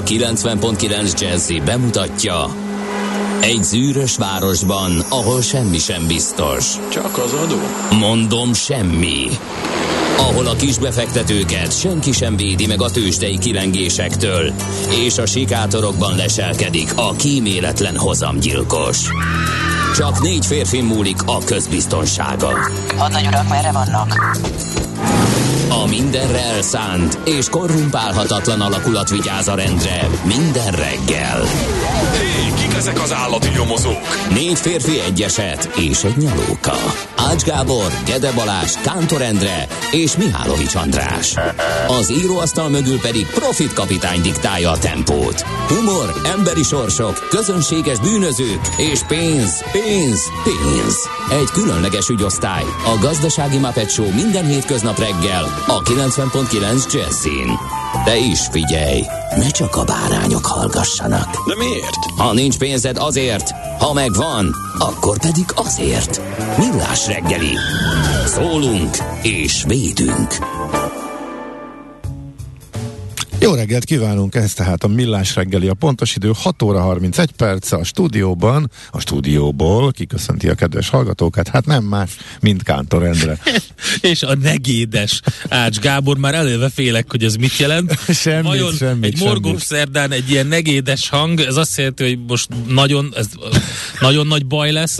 90.9 Jazzy bemutatja: egy zűrös városban, ahol semmi sem biztos. Csak az adó? Mondom, semmi. Ahol a kisbefektetőket senki sem védi meg a tőzsdei kilengésektől, és a sikátorokban leselkedik a kíméletlen hozamgyilkos. Csak 4 férfi múlik a közbiztonsága. Hadnagy urak, merre vannak? A mindenre elszánt és korrumpálhatatlan alakulat vigyáz a rendre minden reggel. Hé, kik ezek az állati nyomozók? 4 férfi, egy eset és egy nyalóka. Ács Gábor, Gede Balázs, Kántor Endre és Mihálovics András. Az íróasztal mögül pedig Profit kapitány diktálja a tempót. Humor, emberi sorsok, közönséges bűnözők és pénz, pénz, pénz. Egy különleges ügyosztály, a Gazdasági Muppet Show minden hétköznap reggel a 90.9 Jazzyn. De is figyelj, ne csak a bárányok hallgassanak. De miért? Ha nincs pénzed, azért, ha megvan, akkor pedig azért. Millás reggeli. Szólunk és védünk. Jó reggelt kívánunk, ez tehát a Millás reggeli, a pontos idő 6 óra 31 perc a stúdióban, a stúdióból kiköszönti a kedves hallgatókat, hát nem más, mint Kántor Endre. És a negédes Ács Gábor, már előve félek, hogy ez mit jelent. Semmit. Egy morgós szerdán egy ilyen negédes hang, ez azt jelenti, hogy most nagyon nagy baj lesz,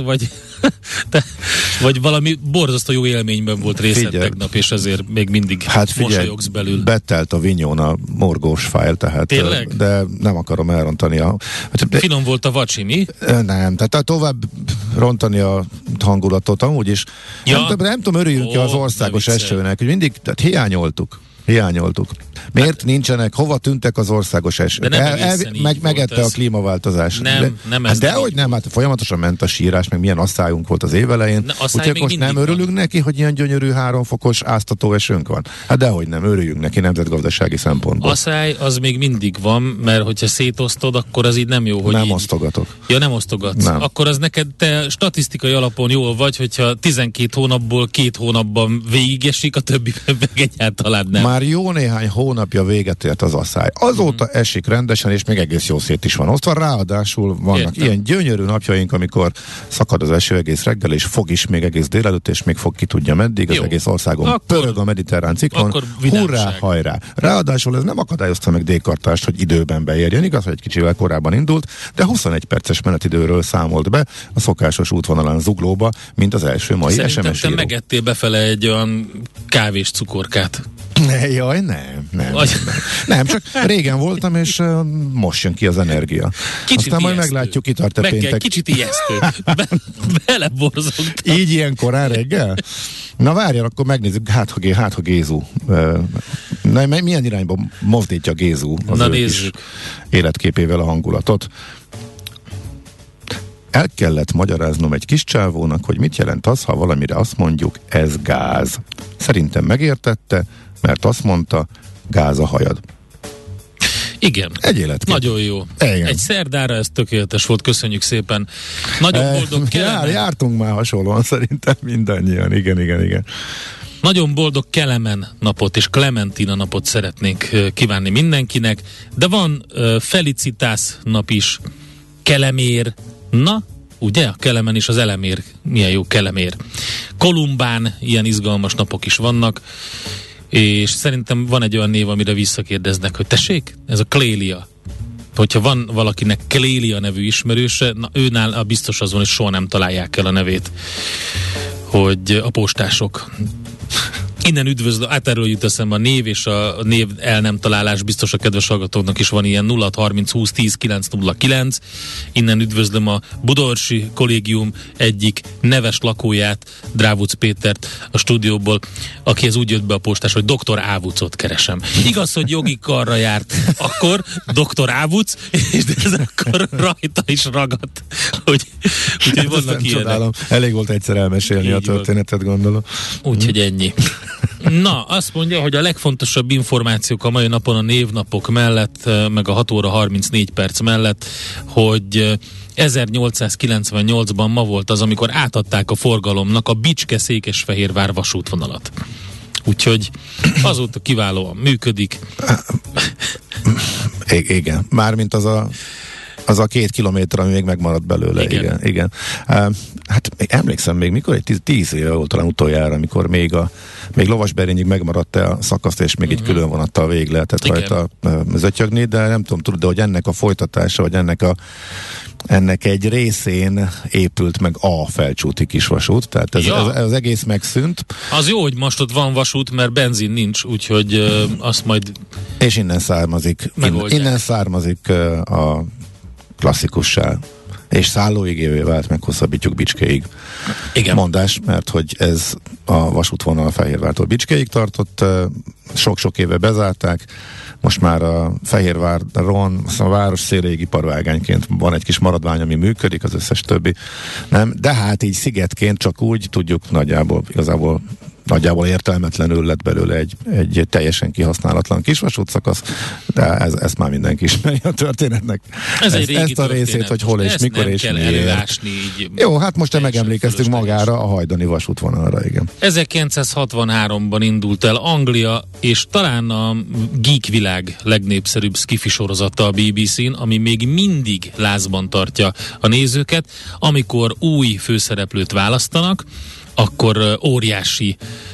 vagy valami borzasztó jó élményben volt részed tegnap, és ezért még mindig mosolyogsz belül. Betelt a vinyón a morgós fájl, tehát tényleg? De nem akarom elrontani Finom volt a vacsi, mi? Nem, tehát tovább rontani a hangulatot amúgy is. Ja. Nem tudom, örüljünk az országos esőnek, hogy mindig, tehát hiányoltuk. Miért nincsenek, hova tűntek az országos esők? Megette a klímaváltozás. Dehogy nem, hát folyamatosan ment a sírás, meg milyen asszályunk volt az évelején. Úgyhogy most nem örülünk neki, hogy ilyen gyönyörű 3 fokos áztató esőnk van. Hát dehogy nem, örüljünk neki nemzetgazdasági szempontból. Asszály az még mindig van, mert hogyha szétosztod, akkor az így nem jó, hogy nem osztogatok. Ja, nem osztogatsz. Nem. Akkor az neked te statisztikai alapon jól vagy, hogyha 12 hónapból 2 hónapban végigesik, a többiben meg egyáltalán nem. Már jó néhány hónapja véget ért az asszály. Azóta esik rendesen, és még egész jó szét is van osztva. Ráadásul vannak ilyen gyönyörű napjaink, amikor szakad az eső egész reggel, és fog is még egész délelőtt, és még fog ki tudja meddig. Az egész országon pörög a mediterrán ciklon. Hurrá, hajrá! Ráadásul ez nem akadályozta meg D-kartást, hogy időben beérjen. Igaz, hogy egy kicsivel korábban indult, de 21 perces menetidőről számolt be a szokásos útvonalán Zuglóba, mint az első mai SMS író. Szerintem te megettél befele egy olyan kávés cukorkát. Jaj, nem, csak régen voltam, és most jön ki az energia. Aztán majd meglátjuk, ki tart a péntek. Kicsit ijesztő. Beleborzogtam. Így ilyen korán reggel? Na várjál, akkor megnézzük, hát ha Gézu. Milyen irányba mozdítja Gézu az ő kis életképével a hangulatot. El kellett magyaráznom egy kis csávónak, hogy mit jelent az, ha valamire azt mondjuk, ez gáz. Szerintem megértette, mert azt mondta, gáz a hajad. Igen. Egy életkép. Nagyon jó. Igen. Egy szerdára ez tökéletes volt, köszönjük szépen. Nagyon boldog Kelemen. Jártunk már hasonlóan szerintem mindannyian. Igen. Nagyon boldog Kelemen napot és Klementina napot szeretnénk kívánni mindenkinek, de van Felicitas nap is, Kelemér, na, ugye? A Kelemen is az elemér. Milyen jó Kelemér. Kolumbán, ilyen izgalmas napok is vannak, és szerintem van egy olyan név, amire visszakérdeznek, hogy tessék, ez a Klélia. Hogyha van valakinek Klélia nevű ismerőse, na őnál biztos az van, hogy soha nem találják el a nevét, hogy a postások. Innen üdvözlöm, erről jut eszembe a név és a név el nem találás, biztos a kedves hallgatóknak is van ilyen 0630 20 10 909. Innen üdvözlöm a Budaörsi Kollégium egyik neves lakóját, Drávuc Pétert a stúdióból, akihez úgy jött be a postás, hogy Dr. Ávucot keresem. Igaz, hogy jogi karra járt akkor Dr. Ávuc, és ez akkor rajta is ragadt. Úgyhogy vannak ilyenek. Elég volt egyszer elmesélni így a történetet, gondolom. Úgyhogy ennyi. Na, azt mondja, hogy a legfontosabb információk a mai napon a névnapok mellett, meg a 6 óra 34 perc mellett, hogy 1898-ban ma volt az, amikor átadták a forgalomnak a Bicske-Székesfehérvár vasútvonalat. Úgyhogy azóta kiválóan működik. Igen, mármint az a 2 kilométer, ami még megmaradt belőle. Igen. Hát emlékszem még, mikor egy 10 éve volt talán utoljára, amikor még Lovasberényig megmaradt a szakaszt, és még egy külön vonattal végig lehetett rajta zötyögni, de nem tudom, tudod, de hogy ennek a folytatása, vagy ennek egy részén épült meg a Felcsúti kisvasút, tehát ez az egész megszűnt. Az jó, hogy most ott van vasút, mert benzin nincs, úgyhogy azt majd és innen származik a klasszikussá és szállóigévé vált, meghosszabbítjuk Bicskéig. Igen. Mondás, mert hogy ez a vasútvonal Fehérvártól Bicskéig tartott, sok-sok éve bezárták, most már a Fehérváron a város széléig iparvágányként van egy kis maradvány, ami működik, az összes többi nem, de hát így szigetként csak úgy tudjuk nagyjából értelmetlenül lett belőle egy teljesen kihasználatlan kisvasútszakasz, de ezt már mindenki ismeri a történetnek. Ezt a részét, hogy hol és mikor és miért. Jó, hát most megemlékeztünk magára a hajdani vasútvonalra, igen. 1963-ban indult el Anglia, és talán a Geek világ legnépszerűbb sci-fi sorozata a BBC-n, ami még mindig lázban tartja a nézőket. Amikor új főszereplőt választanak, akkor óriási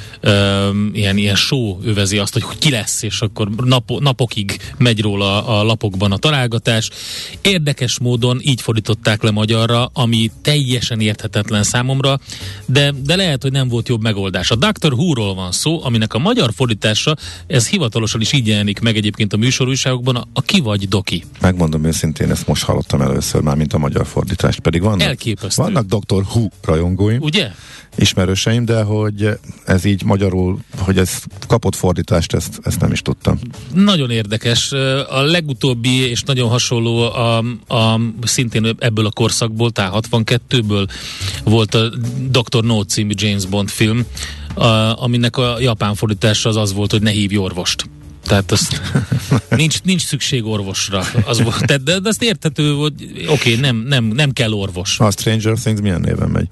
ilyen show övezi azt, hogy ki lesz, és akkor napokig megy róla a lapokban a találgatás. Érdekes módon így fordították le magyarra, ami teljesen érthetetlen számomra, de lehet, hogy nem volt jobb megoldás. A Doctor Who-ról van szó, aminek a magyar fordítása, ez hivatalosan is így jelenik meg egyébként a műsorújságokban, a Ki vagy Doki. Megmondom őszintén, ezt most hallottam először már, mint a magyar fordítást, pedig vannak Doctor Who rajongóim. Ugye? Ismerőseim, de hogy ez így magyarul, hogy ez kapott fordítást, ezt nem is tudtam. Nagyon érdekes. A legutóbbi és nagyon hasonló a szintén ebből a korszakból, tehát 62-ből volt a Dr. No című James Bond film, aminek a japán fordítása az volt, hogy ne hívj orvost. Tehát nincs szükség orvosra. De azt érthető, hogy oké, nem kell orvos. A Stranger Things milyen néven megy?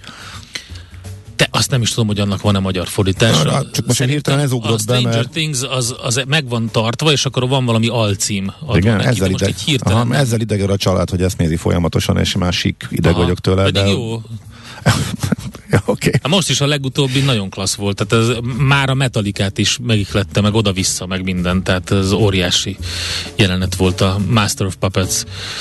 Te azt nem is tudom, hogy annak van-e magyar fordítása. Csak most hirtelen ez ugrott be, mert... A Stranger Things az meg van tartva, és akkor van valami alcím. Igen, ezzel idegel a család, hogy ezt nézi folyamatosan, és már sík ideg vagyok tőle. Pedig jó. Okay. Most is a legutóbbi nagyon klassz volt, tehát ez már a Metallicát is megihlette, meg oda-vissza, meg minden, tehát ez óriási jelenet volt a Master of Puppets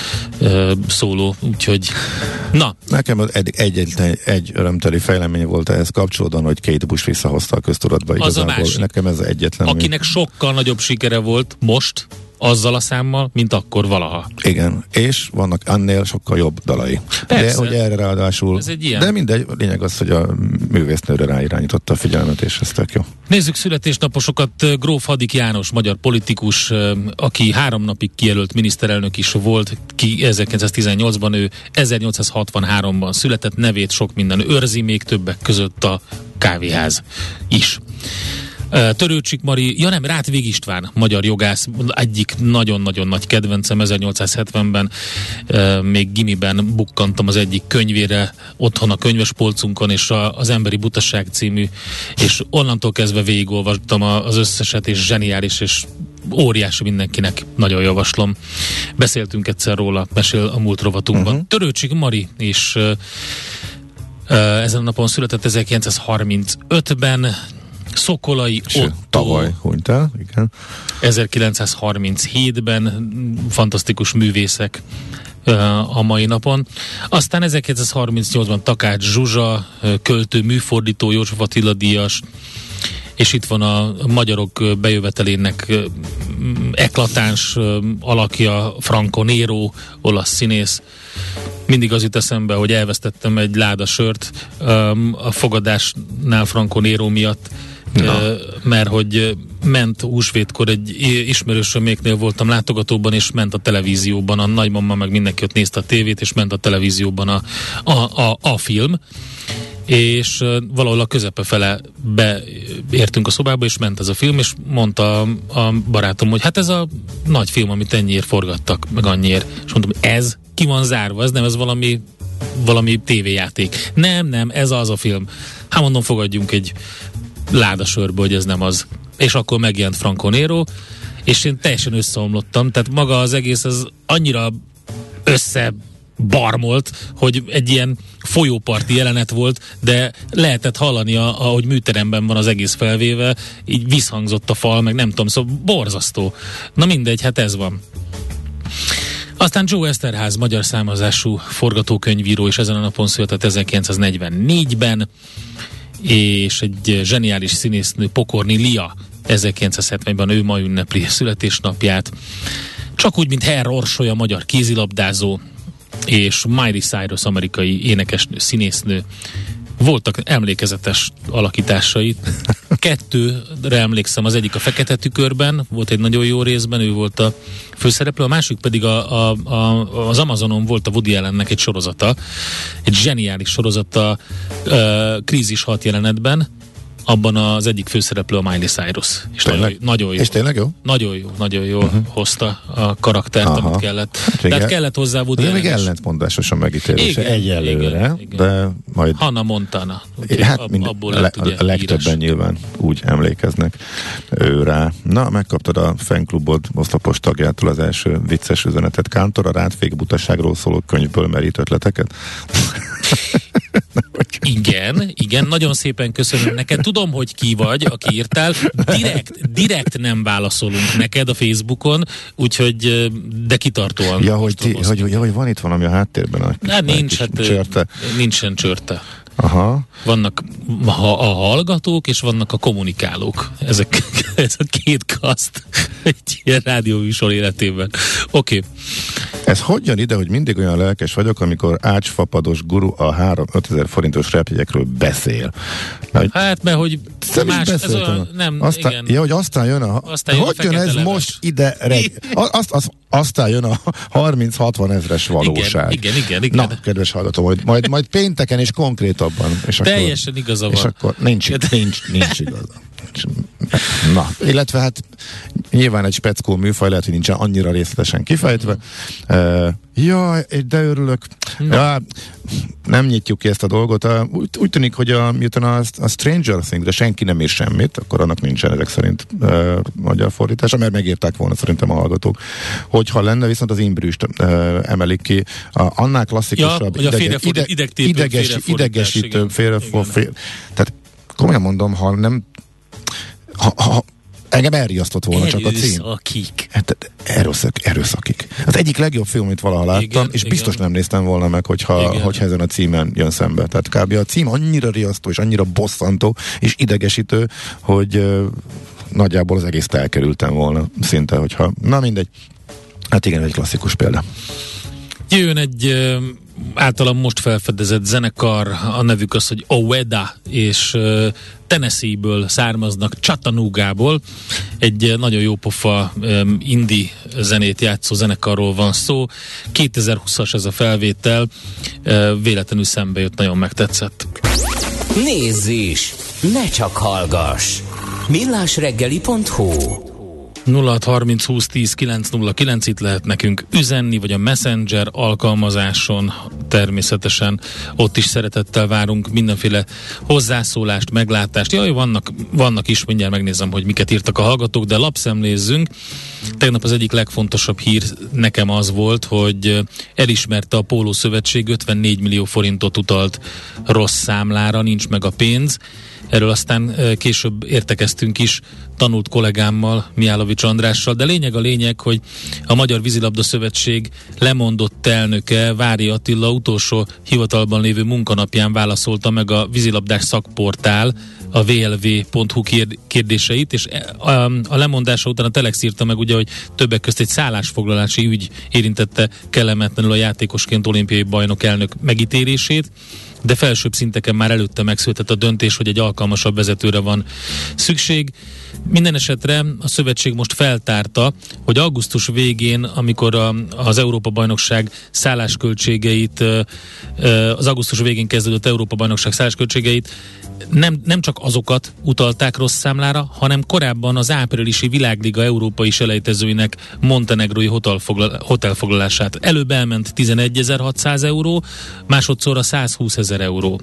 szóló, úgyhogy na. Nekem egy örömteli fejlemény volt ehhez kapcsolódóan, hogy Kate Bush visszahozta a köztudatba igazából. Nekem ez egyetlen. Akinek sokkal nagyobb sikere volt most, azzal a számmal, mint akkor valaha. Igen, és vannak annél sokkal jobb dalai. Persze. De hogy erre ráadásul, de mindegy, lényeg az, hogy a művésznőre ráirányította a figyelmet, és ez tök jó. Nézzük születésnaposokat. Gróf Hadik János, magyar politikus, aki 3 napig kijelölt miniszterelnök is volt, ki 1918-ban, ő 1863-ban született, nevét sok minden őrzi, még többek között a kávéház is. Törőcsik Mari, Rátvég István, magyar jogász, egyik nagyon-nagyon nagy kedvencem, 1870-ben még gimiben bukkantam az egyik könyvére otthon a könyvespolcunkon, és az Emberi Butaság című, és onnantól kezdve végigolvastam az összeset, és zseniális, és óriási, mindenkinek nagyon javaslom. Beszéltünk egyszer róla, mesél a múlt rovatunkban. Törőcsik Mari is ezen a napon született 1935-ben, Szokolai Otto tavaly hunyt el, igen. 1937-ben, fantasztikus művészek a mai napon. Aztán 1938-ban Takács Zsuzsa, költő, műfordító, József Attila díjas, és itt van a magyarok bejövetelének eklatáns alakja, Franco Nero, olasz színész. Mindig az jut eszembe, hogy elvesztettem egy láda sört a fogadásnál Franco Nero miatt, mert hogy ment húsvétkor egy ismerősöméknél voltam látogatóban, és ment a televízióban, a nagymama meg mindenki ott nézte a tévét, és ment a televízióban a film, és valahol a közepe fele beértünk a szobába, és ment ez a film, és mondta a barátom, hogy hát ez a nagy film, amit ennyiért forgattak, meg annyiért. És mondtam, ez ki van zárva, ez nem, ez valami tévéjáték. Nem, ez az a film. Hát mondom, fogadjunk egy ládasörbe, hogy ez nem az. És akkor megjelent Franco Nero, és én teljesen összeomlottam, tehát maga az egész az annyira barmolt, hogy egy ilyen folyóparti jelenet volt, de lehetett hallani, ahogy műteremben van az egész felvéve, így visszhangzott a fal, meg nem tudom, szóval borzasztó. Na mindegy, hát ez van. Aztán Joe Eszterház, magyar származású forgatókönyvíró, és ezen a napon született 1944-ben, és egy zseniális színésznő, Pokorni Lia, 1970-ben, ő ma ünnepli születésnapját. Csak úgy, mint Herr Orsolya, magyar kézilabdázó, és Miley Cyrus, amerikai énekesnő, színésznő. Voltak emlékezetes alakításai. 2-re emlékszem, az egyik a Fekete tükörben, volt egy nagyon jó részben, ő volt a főszereplő, a másik pedig az Amazonon volt a Woody Allennek egy sorozata, egy zseniális sorozata, Krízis 6 jelenetben, abban az egyik főszereplő a Miley Cyrus. És nagyon jó. És tényleg jó? Nagyon jó hozta a karaktert, amit kellett. Tehát kellett hozzá Woody Allen. Még ellentmondásosan megítélés egyelőre, de majd... Hannah Montana. Hát a legtöbben nyilván úgy emlékeznek ő rá. Na, megkaptad a fanklubod oszlopos tagjától az első vicces üzenetet. Kántor a rádfék butaságról szóló könyvből merít ötleteket? Igen, nagyon szépen köszönöm neked. Tudom, hogy ki vagy, aki írtál. Direkt nem válaszolunk neked a Facebookon, úgyhogy de kitartóan. Hogy van itt valami a háttérben? Nincsen csörte. Aha. Vannak a hallgatók, és vannak a kommunikálók. Ez a két kaszt egy ilyen rádióműsor életében. Oké. Ez hogy jön ide, hogy mindig olyan lelkes vagyok, amikor ácsfapados guru a 3-5 ezer forintos repjegyekről beszél? Hát, mert hogy más, ez olyan, nem, aztán, igen. Ja, hogy aztán jön hogy jön ez leves. Most ide aztán jön a 30-60 ezres valóság. Igen. Na, kedves hallgató, majd pénteken és konkrétabban. És teljesen igaza van. És akkor nincs igaza. Na, illetve hát nyilván egy speckó műfaj, lehet, hogy nincsen annyira részletesen kifejtve. Jaj, de örülök. Ja, nem nyitjuk ki ezt a dolgot. Úgy tűnik, hogy miután a Stranger Things-re senki nem ír semmit, akkor annak nincsen ezek szerint magyar fordítása, mert megírták volna szerintem a hallgatók. Hogyha lenne, viszont az Imbrüst emelik ki. Annál klasszikusabb idegesítő tehát komolyan mondom, ha nem engem elriasztott volna csak a cím. Erőszakik. Az egyik legjobb film, amit valaha láttam, és biztos nem néztem volna meg, hogyha ezen a címen jön szembe. Tehát kb. A cím annyira riasztó, és annyira bosszantó, és idegesítő, hogy nagyjából az egész elkerültem volna szinte, hogyha... Na mindegy. Hát igen, egy klasszikus példa. Jön egy általam most felfedezett zenekar, a nevük az, hogy Oweda, és Tennessee-ből származnak, Chattanoogából. Egy nagyon jó pofa indie zenét játszó zenekarról van szó. 2020-as ez a felvétel, véletlenül szembe jött, nagyon megtetszett. Nézz is! Ne csak hallgass! millásreggeli.hu 0630 20 10 909, itt lehet nekünk üzenni, vagy a Messenger alkalmazáson természetesen ott is szeretettel várunk mindenféle hozzászólást, meglátást. Jaj, vannak is, mindjárt megnézem, hogy miket írtak a hallgatók, de lapszemlézzünk. Tegnap az egyik legfontosabb hír nekem az volt, hogy elismerte a Póló Szövetség 54 millió forintot utalt rossz számlára, nincs meg a pénz. Erről aztán később értekeztünk is tanult kollégámmal, Mihálovics Andrással, de lényeg a lényeg, hogy a Magyar Vízilabda Szövetség lemondott elnöke, Vári Attila utolsó hivatalban lévő munkanapján válaszolta meg a vízilabdás szakportál, a vlv.hu kérdéseit, és a lemondása után a Telex írta meg ugye, hogy többek közt egy szállásfoglalási ügy érintette kellemetlenül a játékosként olimpiai bajnok elnök megítélését, de felsőbb szinteken már előtte megszületett a döntés, hogy egy alkalmasabb vezetőre van szükség. Minden esetre a szövetség most feltárta, hogy augusztus végén, amikor az Európa-bajnokság szállásköltségeit, az augusztus végén kezdődött Európa-bajnokság szállásköltségeit nem csak azokat utalták rossz számlára, hanem korábban az áprilisi világliga európai selejtezőinek montenegrói hotelfoglalását. Előbb elment 11.600 euró, másodszorra 120.000 euró.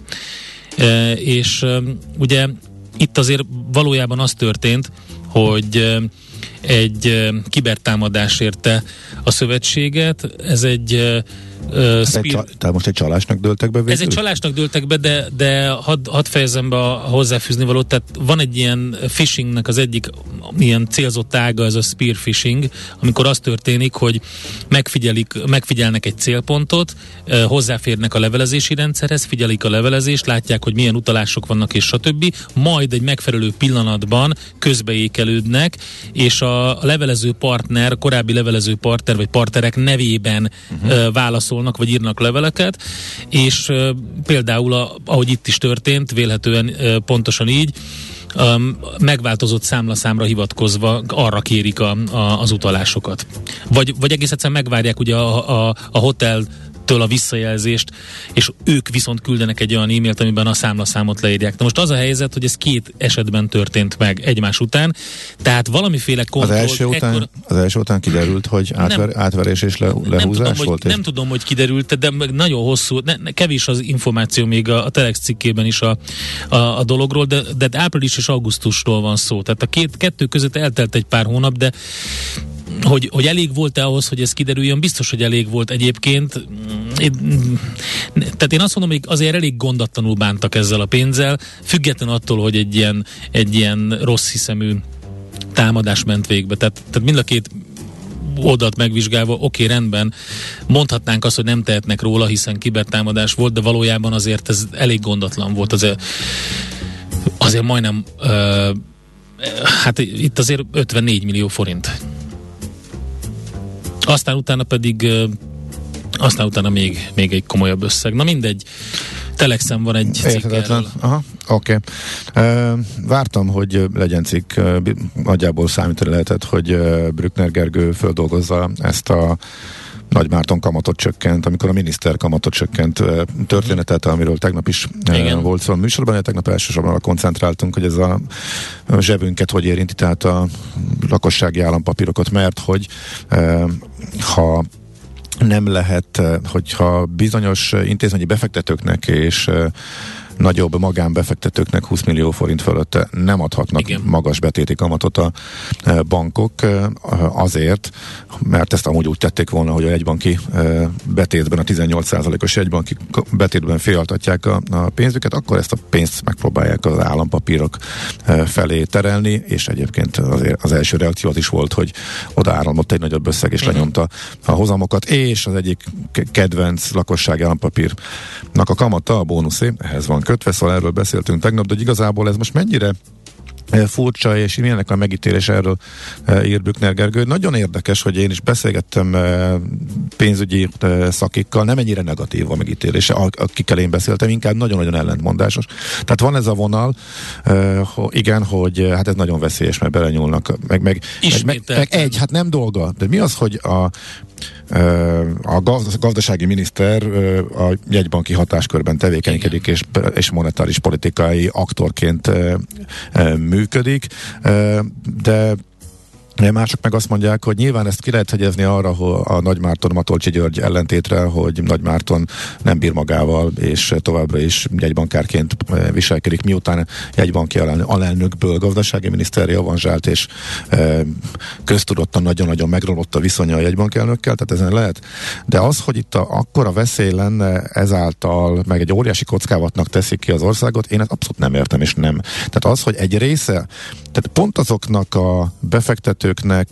És ugye itt azért valójában az történt, hogy kibertámadás érte a szövetséget. Ez egy tehát most egy csalásnak dőltek be végül? Ez egy csalásnak dőltek be, de hadd fejezem be a hozzáfűzni valót. Tehát van egy ilyen phishingnek az egyik ilyen célzott ága, ez a spear phishing, amikor az történik, hogy megfigyelnek egy célpontot, hozzáférnek a levelezési rendszerhez, figyelik a levelezést, látják, hogy milyen utalások vannak és stb. Majd egy megfelelő pillanatban közbeékelődnek, és a levelező partner, korábbi levelező partner vagy partnerek nevében válaszolnak, vagy írnak leveleket, és például, ahogy itt is történt, vélhetően pontosan így, megváltozott számlaszámra hivatkozva arra kérik az utalásokat. Vagy egész egyszerűen megvárják ugye a hoteltől a visszajelzést, és ők viszont küldenek egy olyan e-mailt, amiben a számlaszámot leírják. Na most az a helyzet, hogy ez 2 esetben történt meg egymás után, tehát valamiféle kontroll... Az első után kiderült, hogy átverés és lehúzás volt? Nem tudom, hogy kiderült, de nagyon hosszú, kevés az információ még a Telex cikkében is a dologról, de április és augusztusról van szó. Tehát a kettő között eltelt egy pár hónap, de hogy elég volt-e ahhoz, hogy ez kiderüljön? Biztos, hogy elég volt egyébként. Tehát én azt mondom, hogy azért elég gondatlanul bántak ezzel a pénzzel, független attól, hogy egy ilyen rossz hiszemű támadás ment végbe. Tehát mind a két oldalt megvizsgálva, oké, rendben, mondhatnánk azt, hogy nem tehetnek róla, hiszen kibertámadás volt, de valójában azért ez elég gondatlan volt. Azért majdnem hát itt azért 54 millió forint. Aztán utána még egy komolyabb összeg. Na mindegy, Telexen van egy cikk erről. Aha, oké. Vártam, hogy legyen cikk, nagyjából számítani lehetett, hogy Brückner Gergő földolgozza ezt a Nagymárton kamatot csökkent, amikor a miniszter kamatot csökkent történetet, amiről tegnap is volt szó a műsorban, tegnap elsősorban arra koncentráltunk, hogy ez a zsebünket hogy érinti, tehát a lakossági állampapírokat, mert hogy ha nem lehet, hogyha bizonyos intézményi befektetőknek és nagyobb magánbefektetőknek 20 millió forint fölött nem adhatnak magas betéti kamatot a bankok azért, mert ezt amúgy úgy tették volna, hogy a jegybanki betétben, a 18%-os jegybanki betétben félrealtatják a pénzüket, akkor ezt a pénzt megpróbálják az állampapírok felé terelni, és egyébként azért az első reakció az is volt, hogy odaáramlott egy nagyobb összeg, és lenyomta a hozamokat, és az egyik kedvenc lakossági állampapírnak a kamata, a bónuszé, ehhez van kötve, szóval erről beszéltünk tegnap, de igazából ez most mennyire furcsa, és milyennek a megítélés erről ír Brückner Gergő. Nagyon érdekes, hogy én is beszélgettem pénzügyi szakikkal, nem ennyire negatív a megítélése, akikkel én beszéltem, inkább nagyon-nagyon ellentmondásos. Tehát van ez a vonal, igen, hogy hát ez nagyon veszélyes, mert belenyúlnak, meg hát nem dolga, de mi az, hogy a gazdasági miniszter a jegybanki hatáskörben tevékenykedik, és monetáris politikai aktorként működik, de mások meg azt mondják, hogy nyilván ezt ki lehet hegyezni arra, hogy a Nagymárton Matolcsi György ellentétre, hogy Nagymárton nem bír magával, és továbbra is jegybankárként viselkedik, miután jegybanki alelnökből gazdasági miniszterre avanzsált, és köztudottan nagyon-nagyon megromlott a viszonya a jegybankelnökkel, tehát ezen lehet. De az, hogy itt akkora veszély lenne ezáltal, meg egy óriási kockávatnak teszik ki az országot, én ezt abszolút nem értem, és nem. Tehát az, hogy egy része, tehát pont azoknak a befektetőknek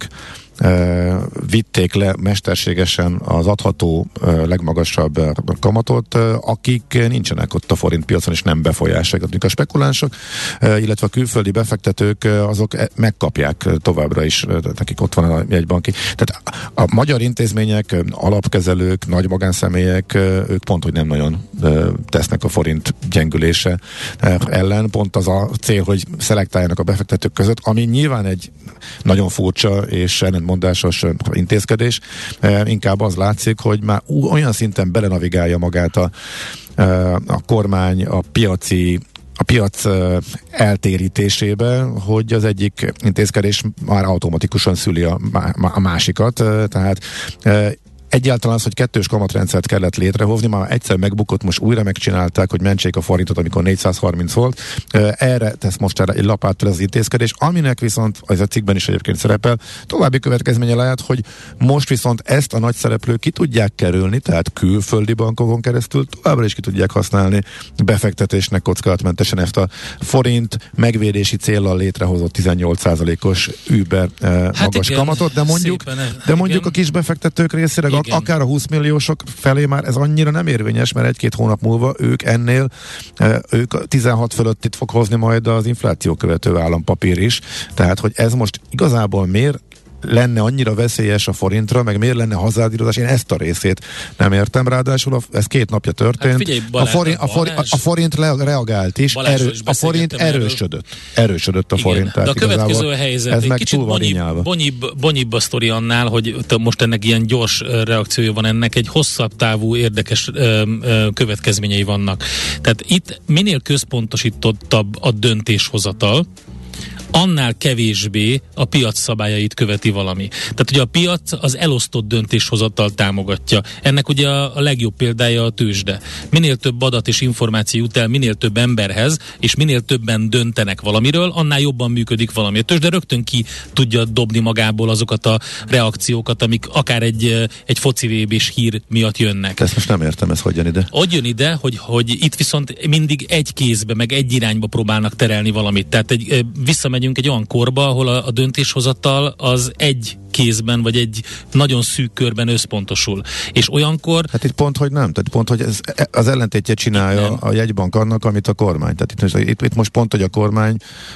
vitték le mesterségesen az adható legmagasabb kamatot, akik nincsenek ott a forintpiacon, és nem befolyásolják. A spekulánsok, illetve a külföldi befektetők, azok megkapják továbbra is, nekik ott van a jegybanki. Tehát a magyar intézmények, alapkezelők, nagy magánszemélyek, ők pont, hogy nem nagyon tesznek a forint gyengülése ellen. Pont az a cél, hogy szelektáljanak a befektetők között, ami nyilván egy nagyon furcsa és ellentmondásos intézkedés. Inkább az látszik, hogy már olyan szinten belenavigálja magát a kormány a piac eltérítésébe, hogy az egyik intézkedés már automatikusan szüli a másikat. Tehát egyáltalán az, hogy kettős kamatrendszert kellett létrehozni, már egyszer megbukott, most újra megcsinálták, hogy mentsék a forintot, amikor 430 volt. Erre tesz most egy lapáttal az intézkedés, aminek viszont, az a cikkben is egyébként szerepel, további következménye lehet, hogy most viszont ezt a nagy szereplők ki tudják kerülni, tehát külföldi bankokon keresztül továbbra is ki tudják használni befektetésnek kockázatmentesen ezt a forint megvédési céllal létrehozott 18%-os über magas kamatot, de mondjuk a kis befektetők részére, akár a 20 milliósok felé már ez annyira nem érvényes, mert egy-két hónap múlva ők 16 fölött fog hozni majd az infláció követő állampapír is, tehát hogy ez most igazából miért lenne annyira veszélyes a forintra, meg miért lenne hazádírozás, én ezt a részét nem értem, ráadásul ez 2 napja történt. Hát figyelj, a forint reagált is, a forint erősödött a forint. De a következő helyzet, ez egy kicsit bonyibb a sztori annál, hogy most ennek ilyen gyors reakciója van, ennek egy hosszabb távú érdekes következményei vannak. Tehát itt minél központosítottabb a döntéshozatal, annál kevésbé a piac szabályait követi valami. Tehát ugye a piac az elosztott döntéshozattal támogatja. Ennek ugye a legjobb példája a tőzsde. Minél több adat és információ jut el minél több emberhez, és minél többen döntenek valamiről, annál jobban működik valami. A tőzsde rögtön ki tudja dobni magából azokat a reakciókat, amik akár egy foci VB-s hír miatt jönnek. Ezt most nem értem, ez hogy jön ide? Hogy jön ide, hogy itt viszont mindig egy kézbe, meg egy irányba próbálnak terelni valamit. Tehát visszamegyünk egy olyan korba, ahol a döntéshozatal az egy kézben, vagy egy nagyon szűk körben összpontosul. És olyankor... Hát itt pont, hogy nem. Tehát pont, hogy ez az ellentétje csinálja a jegybank annak, amit a kormány. Tehát itt most pont, hogy a kormány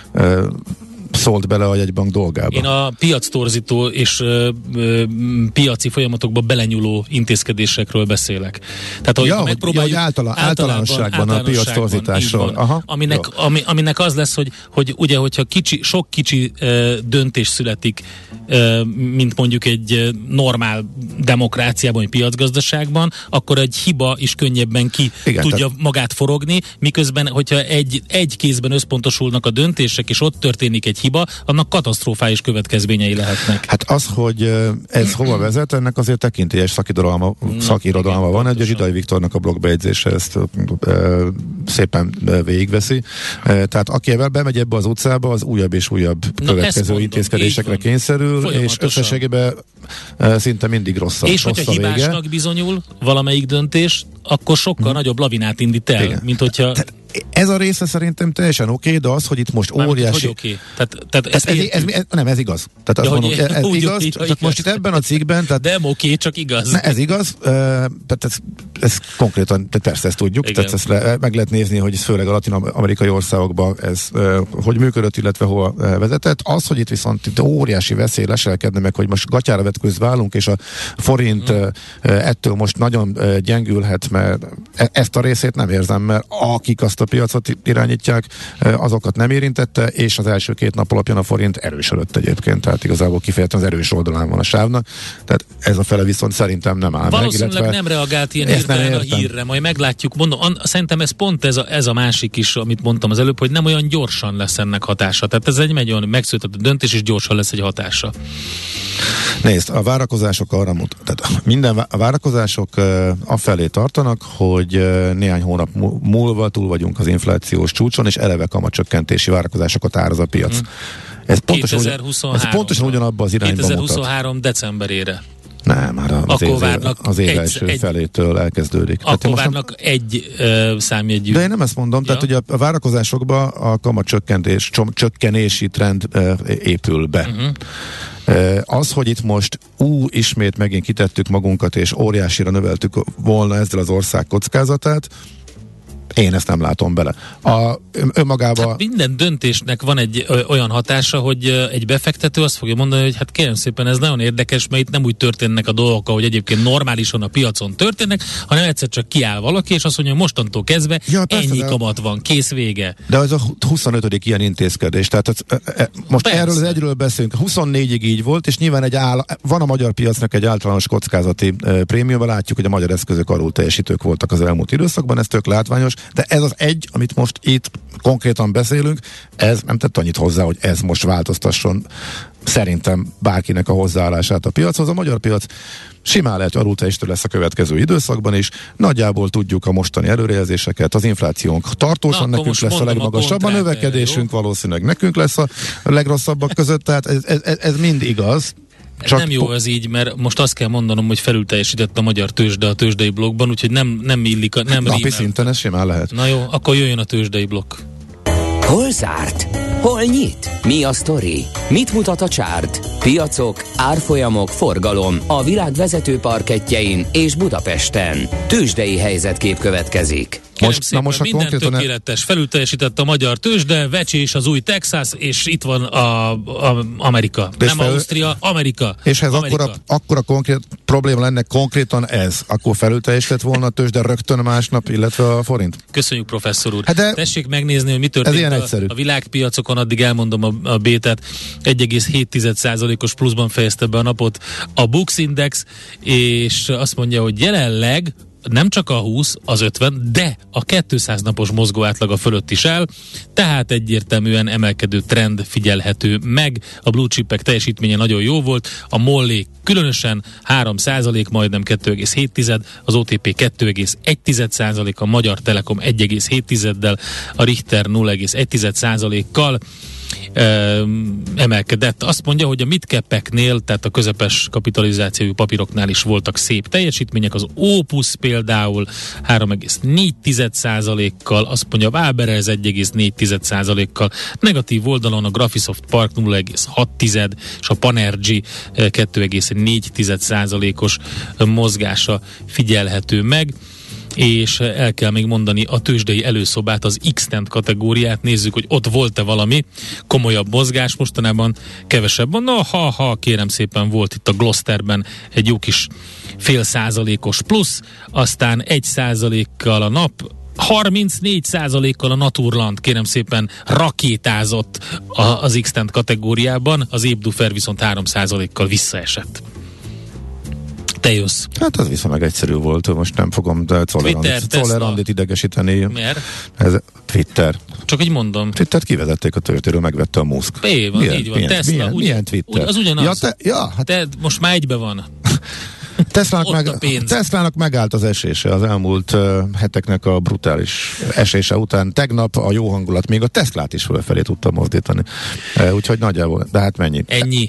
szólt bele a jegybank dolgába. Én a piactorzító és piaci folyamatokba belenyúló intézkedésekről beszélek. Tehát, hogy megpróbáljuk általánosságban a piactorzításról. Aminek az lesz, hogy ugye, hogyha sok kicsi döntés születik, mint mondjuk egy normál demokráciában, egy piacgazdaságban, akkor egy hiba is könnyebben tudja magát forogni, miközben, hogyha egy kézben összpontosulnak a döntések, és ott történik egy hiba, annak katasztrofális következményei lehetnek. Hát az, hogy ez hova vezet, ennek azért tekintélyes szakirodalma van. Egy Zsidai Viktornak a blogbejegyzése ezt szépen végigveszi. Tehát aki ebben bemegy ebbe az utcába, az újabb és újabb következő intézkedésekre kényszerül, és összességében szinte mindig rosszabb. És hogyha hibásnak bizonyul valamelyik döntés, akkor sokkal nagyobb lavinát indít el, igen. Mint hogyha... Ez a része szerintem teljesen oké, de az, hogy itt most óriási... Oké? Ez igaz. Tehát azt mondom, ez igaz, csak most itt ebben a cikkben... Tehát, nem oké, csak igaz. Ez igaz, tehát ez konkrétan, tehát persze ezt tudjuk, igen. Tehát ezt meg lehet nézni, hogy ez főleg a latin-amerikai országokban ez hogy működött, illetve hova vezetett. Az, hogy itt viszont itt óriási veszély leselkedne meg, hogy most gatyára vetközve válunk, és a forint ettől most nagyon gyengülhet, mert ezt a részét nem érzem, mert akik azt a piacot irányítják, azokat nem érintette, és az első 2 nap alapján a forint erősödött egyébként, tehát igazából kifejezetten az erős oldalán van a sávnak, tehát ez a fele viszont szerintem nem áll valószínűleg meg, nem reagált ilyen hirtelen a hírre, majd meglátjuk, mondom, szerintem ez pont ez a másik is, amit mondtam az előbb, hogy nem olyan gyorsan lesz ennek hatása, tehát ez egy olyan megszületett döntés, és gyorsan lesz egy hatása. Nézd, a várakozások arra tehát a várakozások afelé tartanak, hogy néhány hónap múlva túl vagyunk az inflációs csúcson, és eleve kamatcsökkentési várakozásokat áraz a piac. Ez pontosan ugyanabban az irányba 2023 decemberére. Nem, már az év első felétől elkezdődik. Akkor várnak egy számjegyű. De én nem ezt mondom, tehát ugye a várakozásokban a kamatcsökkenési trend épül be. Az, hogy itt most ismét megint kitettük magunkat, és óriásira növeltük volna ezzel az ország kockázatát, én ezt nem látom bele. Önmagában... Hát minden döntésnek van egy olyan hatása, hogy egy befektető azt fogja mondani, hogy hát kérem szépen, ez nagyon érdekes, mert itt nem úgy történnek a dolgok, ahogy egyébként normálisan a piacon történnek, hanem egyszer csak kiáll valaki, és azt mondja, hogy mostantól kezdve ennyi kamat van, kész, vége. De ez a 25. ilyen intézkedés. Tehát most persze. Erről az egyről beszélünk. 24-ig így volt, és nyilván van a magyar piacnak egy általános kockázati prémiuma, látjuk, hogy a magyar eszközök alul teljesítők voltak az elmúlt időszakban, ez tök látványos. de ez az egy, amit most itt konkrétan beszélünk, ez nem tett annyit hozzá, hogy ez most változtasson szerintem bárkinek a hozzáállását a piachoz. A magyar piac simán lehet alulteljesítő lesz a következő időszakban is. Nagyjából tudjuk a mostani előrejelzéseket, az inflációnk tartósan nekünk lesz a legmagasabb, a növekedésünk valószínűleg nekünk lesz a legrosszabbak között, tehát ez mind igaz. Csak nem jó ez így, mert most azt kell mondanom, hogy felülteljesített a magyar tőzsde a tőzsdei blokkban, úgyhogy nem illik, nem napi szinten ez simán lehet. Na jó, akkor jöjjön a tőzsdei blokk. Hol zárt? Hol nyit? Mi a sztori? Mit mutat a csárt? Piacok, árfolyamok, forgalom a világ vezető parkettjein és Budapesten. Tőzsdei helyzetkép következik. Most minden tökéletes, felülteljesített a magyar tőzsde, vecsés az új Texas, és itt van a Amerika. Nem Ausztria, Amerika. És ez akkora konkrét probléma lenne konkrétan ez, akkor felülteljesített volna a tőzsde rögtön másnap, illetve a forint? Köszönjük, professzor úr. Tessék megnézni, hogy mi történt a világpiacokon, addig elmondom a bétet. 1,7%-os pluszban fejezte be a napot a Bux Index, és azt mondja, hogy jelenleg nem csak a 20, az 50, de a 200 napos mozgóátlaga fölött is áll, tehát egyértelműen emelkedő trend figyelhető meg. A blue chipek teljesítménye nagyon jó volt, a Molly különösen 3%, majdnem 2,7, az OTP 2,1%, a Magyar Telekom 1,7-del, a Richter 0,1%-kal emelkedett. Azt mondja, hogy a midcap-eknél, tehát a közepes kapitalizációjú papíroknál is voltak szép teljesítmények, az Opus például 3,4%-kal, azt mondja a Waberers 1,4%-kal, negatív oldalon a Graphisoft Park 0,6 és a Panergy 2,4%-os mozgása figyelhető meg. És el kell még mondani a tőzsdei előszobát, az X-Tent kategóriát, nézzük, hogy ott volt-e valami komolyabb mozgás, mostanában kevesebb van. Kérem szépen, volt itt a Glosterben egy jó kis 0,5%-os plusz, aztán 1%-kal a nap, 34%-kal a Naturland, kérem szépen, rakétázott az X-Tent kategóriában, az Ébdufer viszont 3%-kal visszaesett. Te jössz. Hát az viszonylag egyszerű volt, most nem fogom Czoller Andit idegesíteni. Miért? Ez Twitter. Csak így mondom. Twittert kivezették a tőzsdéről, megvette a Musk. Van, milyen, így van. Milyen, Tesla, milyen Twitter? Az ugyanaz. Hát te most már egybe van. Teslának megállt az esése az elmúlt heteknek a brutális esése után. Tegnap a jó hangulat még a Teslát is fölfelé tudta mozdítani. Úgyhogy nagyjából, de hát mennyi? Ennyi.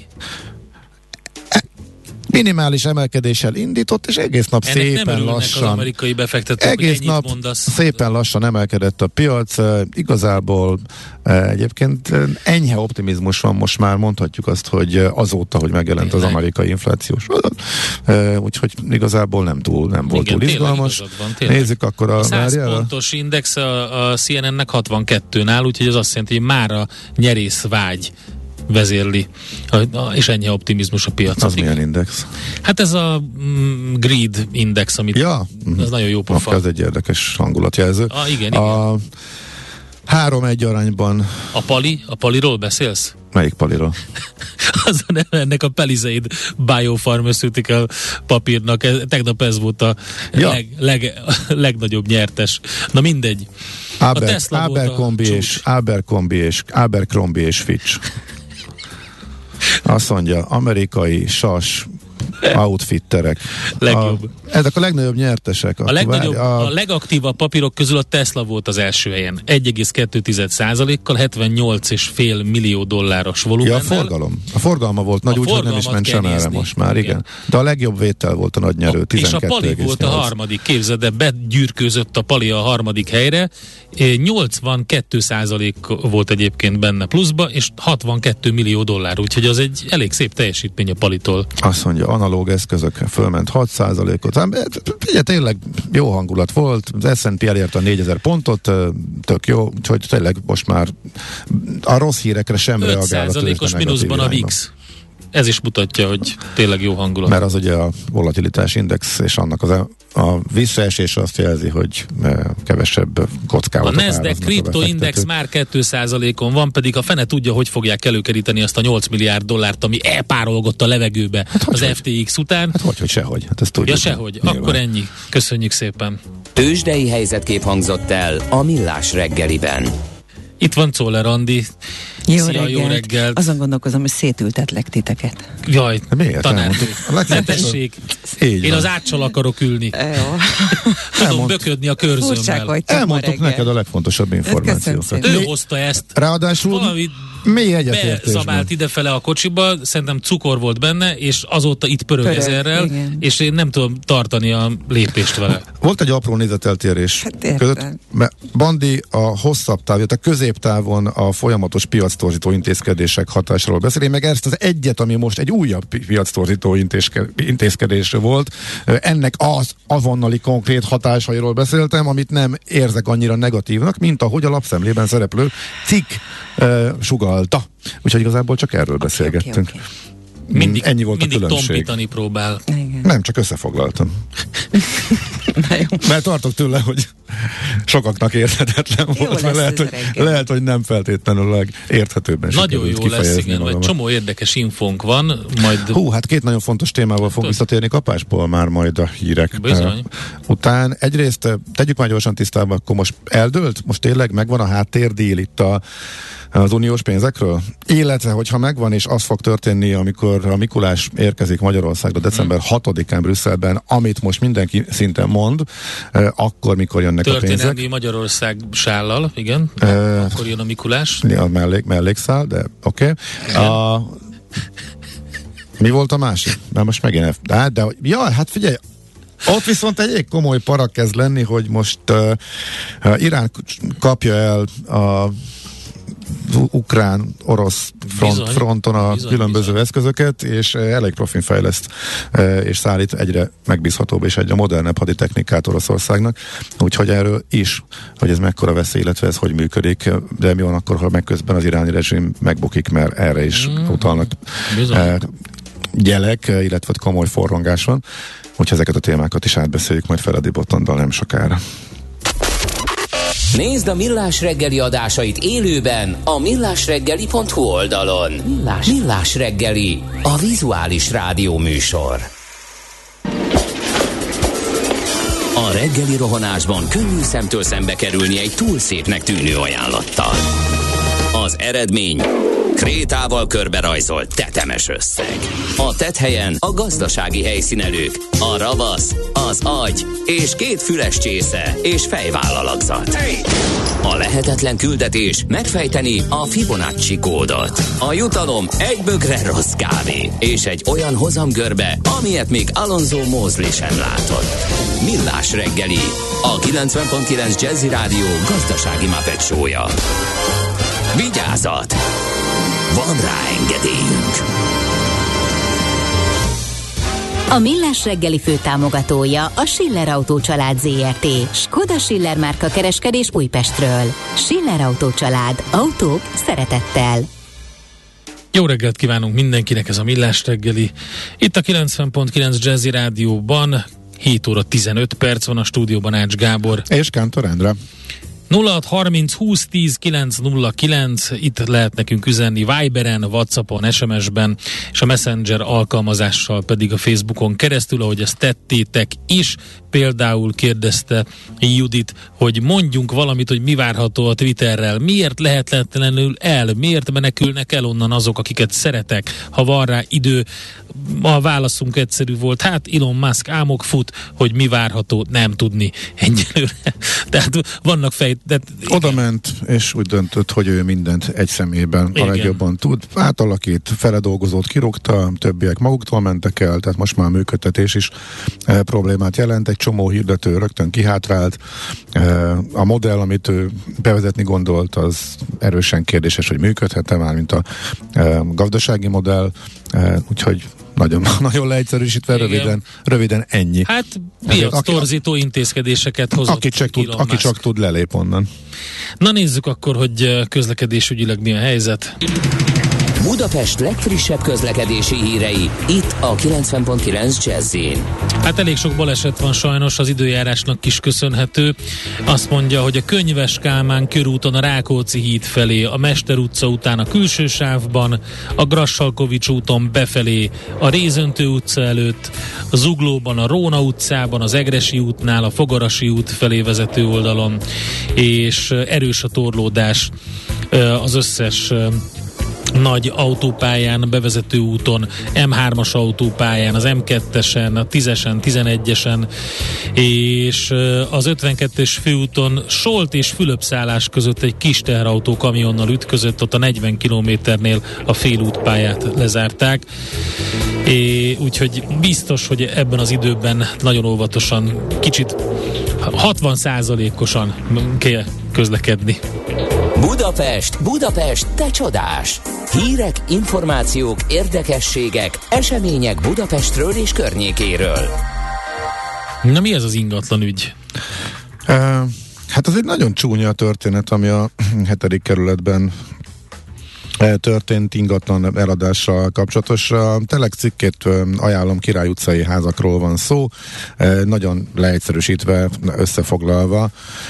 Minimális emelkedéssel indított, és egész nap ennek szépen lassan. Az amerikai befektetők, egész nap szépen lassan emelkedett a piac. Igazából egyébként enyhe optimizmus van, most már mondhatjuk azt, hogy azóta, hogy megjelent az amerikai inflációs adat. Úgyhogy igazából nem volt túl izgalmas. Nézzük akkor a 100 pontos index a CNN-nek 62-nál, úgyhogy az azt jelenti, hogy már a nyerészvágy vezérli, és ennyi optimizmus a piacon. Az milyen index? Hát ez a greed index, amit ez nagyon jó pofa. Ez egy érdekes hangulatjelző. Igen. 3-1 arányban. A Paliról beszélsz? Melyik Paliról? Az a neve ennek a Palisade Biopharmaceutical papírnak. Tegnap ez volt a legnagyobb nyertes. Na mindegy. Abercrombie és Fitch. Azt mondja, amerikai sas outfitterek. Legjobb. Ezek a legnagyobb nyertesek. A legaktívabb papírok közül a Tesla volt az első helyen. 1,2%-kal, 78,5 millió dolláros volumennel. A forgalma volt nagy, úgyhogy nem is ment sem erre most már, igen. De a legjobb vétel volt a nagy nyerő, 12,8. És a Pali volt a harmadik, képzeld, de begyűrkőzött a Pali a harmadik helyre. 82% volt egyébként benne pluszba, és 62 millió dollár, úgyhogy az egy elég szép teljesítmény a Palitól. Azt mondja, analóg eszközök fölment 6%-ot. Ugye tényleg jó hangulat volt, az S&P elérte a 4000 pontot, tök jó, úgyhogy tényleg most már a rossz hírekre sem reagál a tőzsde. 5%-os mínuszban a VIX. Ez is mutatja, hogy tényleg jó hangulat. Mert az ugye a volatilitás index, és annak a visszaesés azt jelzi, hogy kevesebb kockázatot. A Nasdaq kriptoindex már 2%-on van, pedig a fene tudja, hogy fogják előkeríteni azt a 8 milliárd dollárt, ami elpárolgott a levegőbe az FTX után. Hát hogy sehogy. Hát ezt tudjuk. Ja, sehogy. Nyilván. Akkor ennyi. Köszönjük szépen. Tőzsdei helyzetkép hangzott el a Millás reggeliben. Itt van Czoller Andi. Szia, jó reggelt. Azon gondolkozom, hogy szétültetlek titeket. Jaj, miért? tanár, ne tessék. Én az áccsal akarok ülni. Tudom böködni a körzőmmel. Elmondtuk neked a legfontosabb információkat. Ő hozta ezt. Ráadásul mély egyetértésben. Beszabált idefele a kocsiba, szerintem cukor volt benne, és azóta itt pörög ezerrel, és én nem tudom tartani a lépést vele. Volt egy apró nézeteltérés között, mert Bandi a hosszabb távon, a középtávon a folyamatos piactorzító intézkedések hatásról beszél. Én meg ezt az egyet, ami most egy újabb piactorzító intézkedés volt, ennek az azonnali konkrét hatásairól beszéltem, amit nem érzek annyira negatívnak, mint ahogy a lapszemlében szereplő cikk sugalta. Úgyhogy igazából csak erről beszélgettünk. Ennyi volt a különbség. Tompítani próbál. Igen. Nem, csak összefoglaltam. Mert tartok tőle, hogy sokaknak érthetetlen volt, mert lehet, hogy nem feltétlenül érthetőbben nagyon jó lesz, igen, vagy csomó érdekes infónk van, majd... Hát két nagyon fontos témával fog visszatérni kapásból már majd a hírek után. Egyrészt tegyük már gyorsan tisztába, akkor most eldőlt? Most tényleg megvan a háttérdíl itt az uniós pénzekről? Illetve, hogyha megvan, és az fog történni, amikor a Mikulás érkezik Magyarországra december 6-án Brüsszelben, amit most mindenki szinten mond, akkor mikor jönnek a pénzek. Történelmi Magyarország sállal, igen. Akkor jön a Mikulás. A mellékszál, de oké. Mi volt a másik? Na most megint hát figyelj, ott viszont egy komoly para kezd lenni, hogy most Irán kapja el ukrán-orosz fronton a különböző eszközöket, és elég profin fejleszt és szállít egyre megbízhatóbb és egyre modernebb haditechnikát Oroszországnak. Úgyhogy erről is, hogy ez mekkora veszély, illetve ez hogy működik, de mi van akkor, ha megközben az iráni rezsim megbukik, mert erre is utalnak gyelek, illetve komoly forrongás van. Úgyhogy ezeket a témákat is átbeszéljük majd Feledi Bottondal nem sokára. Nézd a Millás reggeli adásait élőben a millásreggeli.hu oldalon. Millás reggeli, a vizuális rádió műsor. A reggeli rohanásban könnyű szemtől szembe kerülni egy túl szépnek tűnő ajánlattal. Az eredmény krétával körberajzolt tetemes összeg. A tetthelyen a gazdasági helyszínelők, a ravasz, az agy és két füles csésze és fejvállalakzat. A lehetetlen küldetés megfejteni a Fibonacci kódot. A jutalom egy bögre rossz kávé és egy olyan hozamgörbe, amilyet még Alonso Mosley sem látott. Millás reggeli, a 90.9 Jazzy Rádió gazdasági Muppet show-ja. Vigyázat! Van rá engedélyünk! A Millás reggeli főtámogatója a Schiller Autó család ZRT. Skoda Schiller márka kereskedés Újpestről. Schiller Autó család. Autók szeretettel. Jó reggelt kívánunk mindenkinek, ez a Millás reggeli. Itt a 90.9 Jazzy Rádióban 7 óra 15 perc van, a stúdióban Ács Gábor. És Kántor Endre. 0630 20 10 909, itt lehet nekünk üzenni Viberen, WhatsAppon, SMS-ben, és a Messenger alkalmazással pedig a Facebookon keresztül, ahogy ezt tettétek is. Például kérdezte Judit, hogy mondjunk valamit, hogy mi várható a Twitterrel. Miért lehetetlenül el? Miért menekülnek el onnan azok, akiket szeretek? Ha van rá idő, a válaszunk egyszerű volt. Hát Elon Musk álmok fut, hogy mi várható, nem tudni egyelőre. Tehát vannak oda ment, és úgy döntött, hogy ő mindent egy személyben a legjobban tud. Átalakít, feledolgozót kirúgta, többiek maguktól mentek el, tehát most már a működtetés is problémát jelent. Egy csomó hirdető rögtön kihátrált. A modell, amit ő bevezetni gondolt, az erősen kérdéses, hogy működhet-e már, mint a gazdasági modell. Úgyhogy nagyon leegyszerűsítve, röviden ennyi. Hát piactorzító intézkedéseket hozott. Aki csak tud, lelép onnan. Na nézzük akkor, hogy közlekedésügyileg mi a helyzet. Budapest legfrissebb közlekedési hírei, itt a 90.9 Jazz-in. Hát elég sok baleset van sajnos, az időjárásnak is köszönhető. Azt mondja, hogy a Könyves Kálmán körúton a Rákóczi híd felé, a Mester utca után a külső sávban, a Grassalkovics úton befelé, a Rézöntő utca előtt, a Zuglóban, a Róna utcában, az Egressy útnál, a Fogarasi út felé vezető oldalon, és erős a torlódás az összes nagy autópályán, bevezető úton, M3-as autópályán, az M2-esen, a 10-esen, 11-esen, és az 52-es főúton Solt és Fülöpszállás között egy kis teherautó kamionnal ütközött, ott a 40 kilométernél a félútpályát lezárták, úgyhogy biztos, hogy ebben az időben nagyon óvatosan, kicsit 60%-osan kell közlekedni. Budapest, te csodás! Hírek, információk, érdekességek, események Budapestről és környékéről. Na, mi ez az ingatlan ügy? Hát az egy nagyon csúnya történet, ami a 7. kerületben történt ingatlan eladással kapcsolatos. A Telex cikkét ajánlom, Király utcai házakról van szó, nagyon leegyszerűsítve, összefoglalva.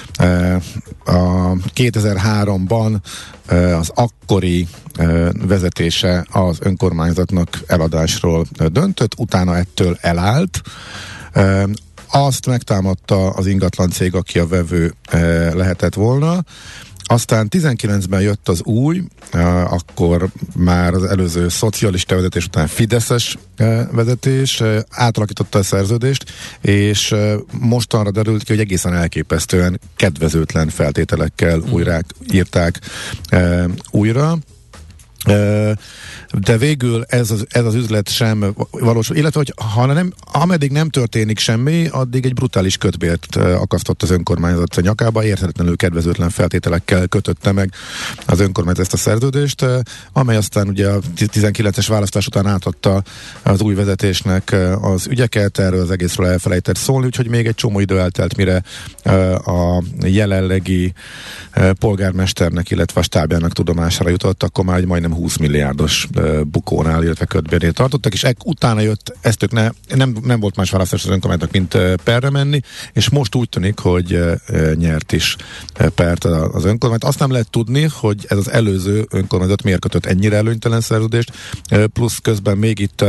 A 2003-ban az akkori vezetése az önkormányzatnak eladásról döntött, utána ettől elállt. Azt megtámadta az ingatlan cég, aki a vevő lehetett volna. Aztán 19-ben jött az új, akkor már az előző szocialista vezetés után fideszes vezetés, átalakította a szerződést, és mostanra derült ki, hogy egészen elképesztően kedvezőtlen feltételekkel újra írták újra. De végül ez az üzlet sem valósul, illetve hogy ameddig nem történik semmi, addig egy brutális kötbért akasztott az önkormányzat nyakába, érthetetlenül kedvezőtlen feltételekkel kötötte meg az önkormányzat ezt a szerződést, amely aztán ugye a 19-es választás után átadta az új vezetésnek az ügyeket, erről az egészről elfelejtett szólni, úgyhogy még egy csomó idő eltelt, mire a jelenlegi polgármesternek, illetve a stábjának tudomására jutott, akkor már egy majdnem 20 milliárdos bukónál, illetve kötbérnél tartottak, és utána jött, ezt ők nem volt más választás az önkormányzatnak, mint perre menni, és most úgy tűnik, hogy nyert is pert az önkormányzat. Azt nem lehet tudni, hogy ez az előző önkormányzat miért kötött ennyire előnytelen szerződést, plusz közben még itt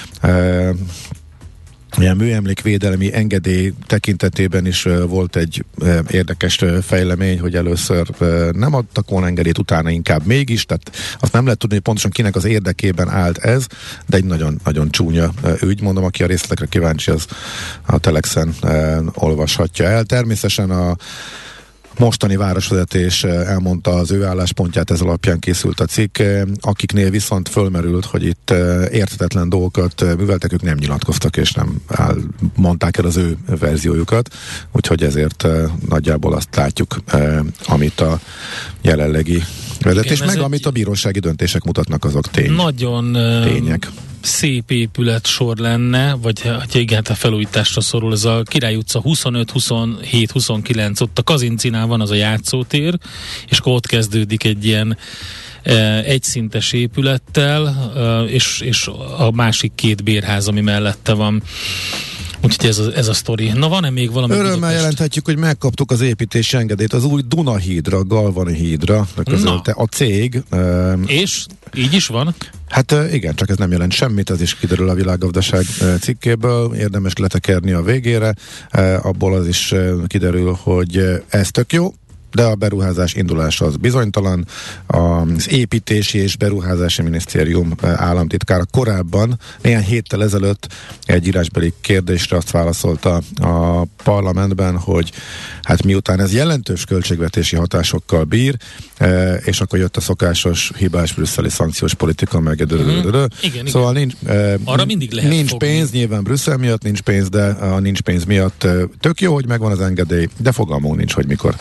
ilyen műemlékvédelmi engedély tekintetében is volt egy érdekes fejlemény, hogy először nem adtak volna engedélyt, utána inkább mégis, tehát azt nem lehet tudni, hogy pontosan kinek az érdekében állt ez, de egy nagyon-nagyon csúnya ügy, mondom, aki a részletekre kíváncsi, az a Telexen olvashatja el. Természetesen a mostani városvezetés elmondta az ő álláspontját, ez alapján készült a cikk, akiknél viszont fölmerült, hogy itt érthetetlen dolgokat műveltek, ők nem nyilatkoztak, és nem mondták el az ő verziójukat, úgyhogy ezért nagyjából azt látjuk, amit a jelenlegi vezetés, igen, meg amit a bírósági döntések mutatnak, azok tények. Szép épületsor lenne, vagy hát igen, a felújításra szorul, ez a Király utca 25, 27, 29, ott a Kazincinál van az a játszótér, és akkor ott kezdődik egy ilyen egyszintes épülettel, és a másik két bérház, ami mellette van. Úgyhogy ez a sztori. Na, van-e még valami? Örömmel jelenthetjük, hogy megkaptuk az építési engedélyt az új Dunahídra, Galvani hídra, közölte a cég. És így is van? Hát igen, csak ez nem jelent semmit, ez is kiderül a Világgazdaság cikkéből, érdemes letekerni a végére, abból az is kiderül, hogy ez tök jó, de a beruházás indulása az bizonytalan. Az építési és beruházási minisztérium államtitkára korábban, néhány héttel ezelőtt egy írásbeli kérdésre azt válaszolta a parlamentben, hogy hát miután ez jelentős költségvetési hatásokkal bír, és akkor jött a szokásos hibás brüsszeli szankciós politika, meg szóval arra mindig lehet nincs fogni. Pénz, nyilván Brüsszel miatt nincs pénz, de a nincs pénz miatt tök jó, hogy megvan az engedély, de fogalmunk nincs, hogy mikor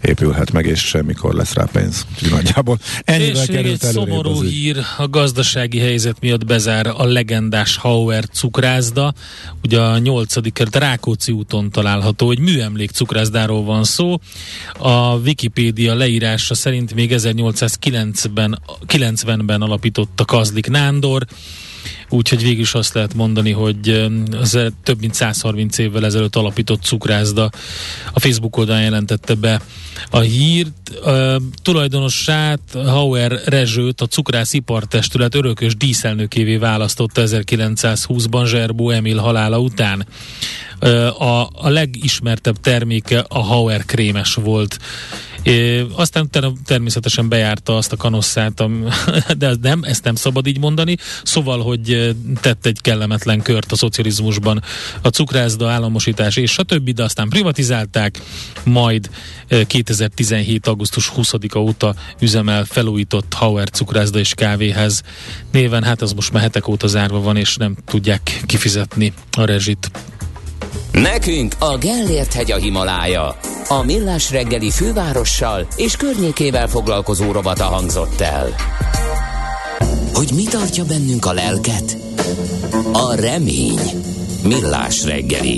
épülhet meg, és semmikor lesz rá pénz. Nagyjából ennyivel került egy szomorú hír, a gazdasági helyzet miatt bezár a legendás Hauer cukrászda. Ugye a 8. kerület Rákóczi úton található, egy műemlék cukrászdáról van szó. A Wikipédia leírása szerint még 1890-ben alapította Kazlik Nándor, úgyhogy végül is azt lehet mondani, hogy az több mint 130 évvel ezelőtt alapított cukrászda a Facebook oldalán jelentette be a hírt. Tulajdonossát, Hauer Rezsőt a Cukrász-ipartestület örökös díszelnökévé választotta 1920-ban Zserbó Emil halála után. A legismertebb terméke a Hauer krémes volt. Aztán természetesen bejárta azt a kanosszát, de ezt nem szabad így mondani, szóval, hogy tett egy kellemetlen kört a szocializmusban, a cukrászda, államosítás és stb., de aztán privatizálták, majd 2017. augusztus 20-a óta üzemel felújított Hauer cukrászda és kávéház néven, hát az most már hetek óta zárva van, és nem tudják kifizetni a rezsit. Nekünk a Gellért-hegy a Himalája. A Millás reggeli fővárossal és környékével foglalkozó rovata hangzott el. Hogy mi tartja bennünk a lelket? A remény. Millás reggeli.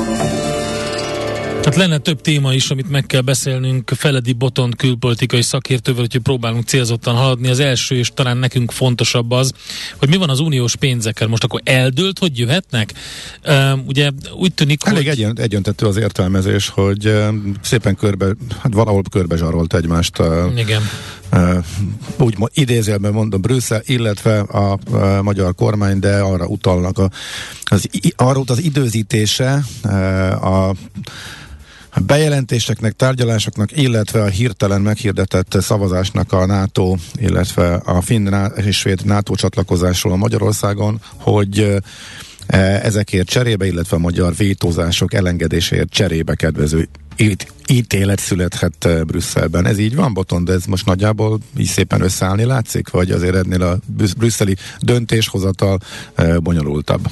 Hát lenne több téma is, amit meg kell beszélnünk Feledi Botond külpolitikai szakértővel, hogy próbálunk célzottan haladni. Az első, és talán nekünk fontosabb az, hogy mi van az uniós pénzekkel. Most akkor eldőlt, hogy jöhetnek? Ugye úgy tűnik, elég hogy... egyöntető az értelmezés, hogy szépen valahol körbe zsarolt egymást. Igen. Úgy idézőjelben mondom Brüsszel, illetve a magyar kormány, de arra utalnak arra az időzítése a bejelentéseknek, tárgyalásoknak, illetve a hirtelen meghirdetett szavazásnak a NATO, illetve a finn és svéd NATO csatlakozásról a Magyarországon, hogy ezekért cserébe, illetve a magyar vétózások elengedéséért cserébe kedvező ítélet születhet Brüsszelben. Ez így van, Botond, de ez most nagyjából így szépen összeállni látszik, vagy azért ennél a brüsszeli döntéshozatal bonyolultabb?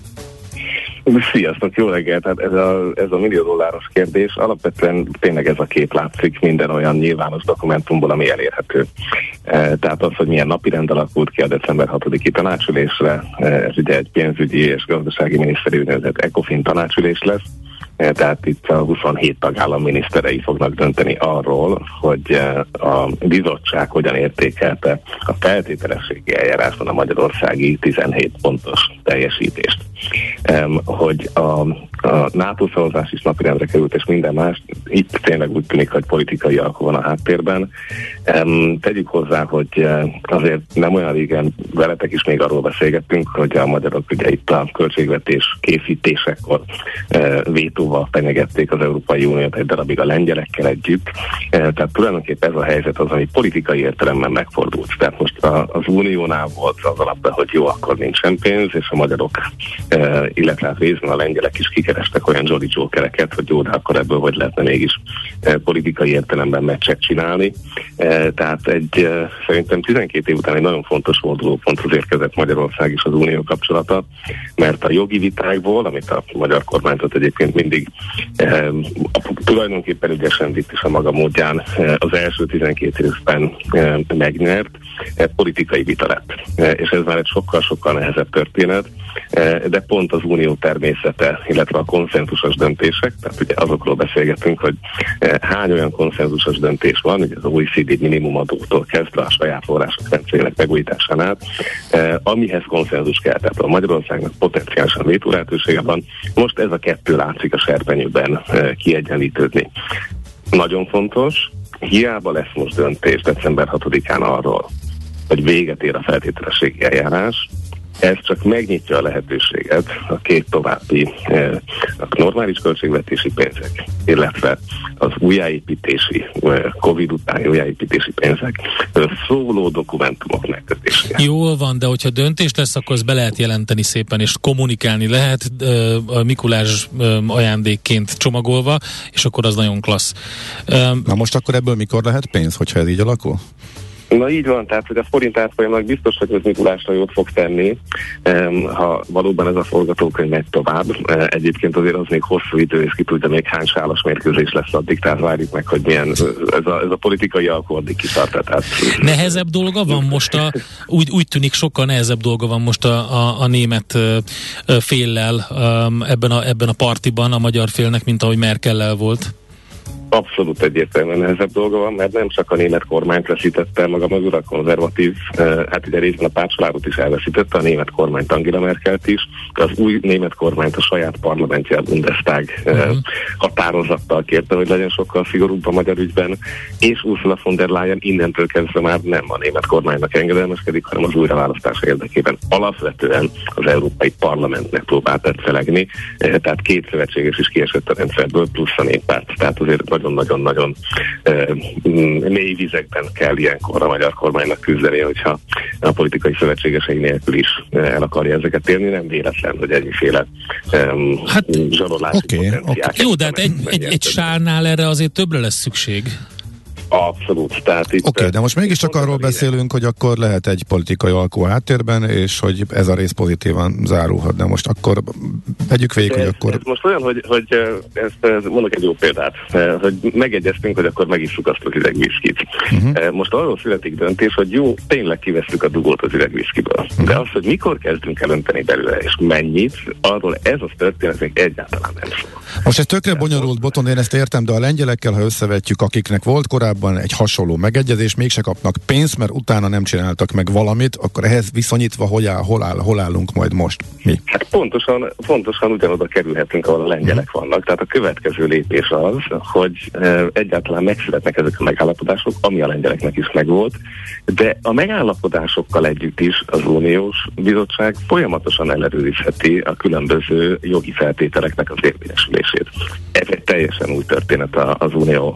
Sziasztok, jó reggelt! Hát ez a millió dolláros kérdés, alapvetően tényleg ez a kép látszik minden olyan nyilvános dokumentumból, ami elérhető. Tehát az, hogy milyen napirend alakult ki a december 6-i tanácsülésre, ez ugye egy pénzügyi és gazdasági miniszteri úgynevezett ECOFIN tanácsülés lesz, tehát itt a 27 tagállam miniszterei fognak dönteni arról, hogy a bizottság hogyan értékelte a feltételességi eljárásban a magyarországi 17 pontos teljesítést. Hogy a NATO szavazás is napirendre került, és minden más, itt tényleg úgy tűnik, hogy politikai alkú van a háttérben. Tegyük hozzá, hogy azért nem olyan régen veletek is még arról beszélgettünk, hogy a magyarok ugye itt a költségvetés készítésekor vétóval fenyegették az Európai Uniót egy darabig a lengyelekkel együtt. Tehát tulajdonképpen ez a helyzet az, ami politikai értelemben megfordult. Tehát most az Uniónál volt az alapban, hogy jó, akkor nincsen pénz, és a magyarok, illetve hát részben a lengyelek is kikerestek olyan Jolly Jokereket, hogy jó, de akkor ebből hogy lehetne mégis politikai értelemben meccset csinálni. Tehát szerintem 12 év után egy nagyon fontos fordulóponthoz érkezett Magyarország és az Unió kapcsolata, mert a jogi vitákból, amit a magyar kormányzat egyébként mindig tulajdonképpen ügyesen vitt is a maga módján az első 12 évben megnyert, politikai vita lett. És ez már egy sokkal-sokkal nehezebb történet, de pont az unió természete, illetve a konszenzusos döntések, tehát ugye azokról beszélgetünk, hogy hány olyan konszenzusos döntés van, ugye az OECD minimumadótól kezdve a saját források rendszerének megújításán át, amihez konszenzus kell, tehát a Magyarországnak potenciálisan vétó lehetősége van. Most ez a kettő látszik a serpenyőben kiegyenlítődni. Nagyon fontos, hiába lesz most döntés december 6-án arról, hogy véget ér a feltételességi eljárás, ez csak megnyitja a lehetőséget a két további a normális költségvetési pénzek, illetve az újjáépítési, Covid utáni újjáépítési pénzek szóló dokumentumok megkötésére. Jól van, de hogyha döntés lesz, akkor ezt be lehet jelenteni szépen, és kommunikálni lehet a Mikulás ajándékként csomagolva, és akkor az nagyon klassz. Na most akkor ebből mikor lehet pénz, hogyha ez így alakul? Na így van, tehát hogy a forint árfolyamnak biztos, hogy az indulásra jót fog tenni, ha valóban ez a forgatókönyv megy tovább. Egyébként azért az még hosszú idő, és ki tudja még hány sálas mérkőzés lesz addig, tehát várjuk meg, hogy milyen ez a politikai alkú addig kitart. Tehát... Nehezebb dolga van most, úgy tűnik sokkal nehezebb dolga van most a német féllel ebben a partiban, a magyar félnek, mint ahogy Merkellel volt. Abszolút egyértelműen nehezebb dolga van, mert nem csak a német kormányt veszítette maga mögül, a konzervatív, hát ugye részben a pártcsaládot is elveszítette, a német kormányt, Angela Merkelt is, az új német kormányt a saját parlamentje, a Bundestag határozattal kérte, hogy legyen sokkal szigorúbb a magyar ügyben, és Ursula von der Leyen innentől kezdve már nem a német kormánynak engedelmeskedik, hanem az újraválasztása érdekében alapvetően az Európai Parlamentnek próbált tetszelegni, tehát két szövetséges is kiesett a rendszerből, plusz a néppárt, tehát azért nagyon-nagyon mély vizekben kell ilyenkor a magyar kormánynak küzdeni, hogyha a politikai szövetségesei nélkül is el akarja ezeket érni. Nem véletlen, hogy ennyiféle zsarolási potenciák. Jó, de hát egy sálnál erre azért többre lesz szükség. Abszolút. Oké, de most mégiscsak arról beszélünk, hogy akkor lehet egy politikai alkú háttérben, és hogy ez a rész pozitívan zárulhat. De most akkor vegyük végig, hogy akkor... Ez most olyan, hogy ezt mondok egy jó példát, hogy megegyeztünk, hogy akkor megisszuk azt az üvegviszkit. Most arról születik döntés, hogy jó, tényleg kivesztük a dugót az üvegviszkiből. De az, hogy mikor kezdünk el önteni belőle, és mennyit, arról ez az történet még egyáltalán nem szól. Most ez tökre bonyolult, Boton, én ezt értem, de a lengyelekkel, ha összevetjük, akiknek volt korábban egy hasonló megegyezés, mégse kapnak pénzt, mert utána nem csináltak meg valamit, akkor ehhez viszonyítva hol állunk majd most? Mi? Hát pontosan ugyanoda kerülhetünk, ahol a lengyelek vannak. Tehát a következő lépés az, hogy egyáltalán megszületnek ezek a megállapodások, ami a lengyeleknek is megvolt, de a megállapodásokkal együtt is az Uniós Bizottság folyamatosan ellenőrizheti a különböző jogi feltételeknek az érvényesülését. Ez egy teljesen új történet az Unió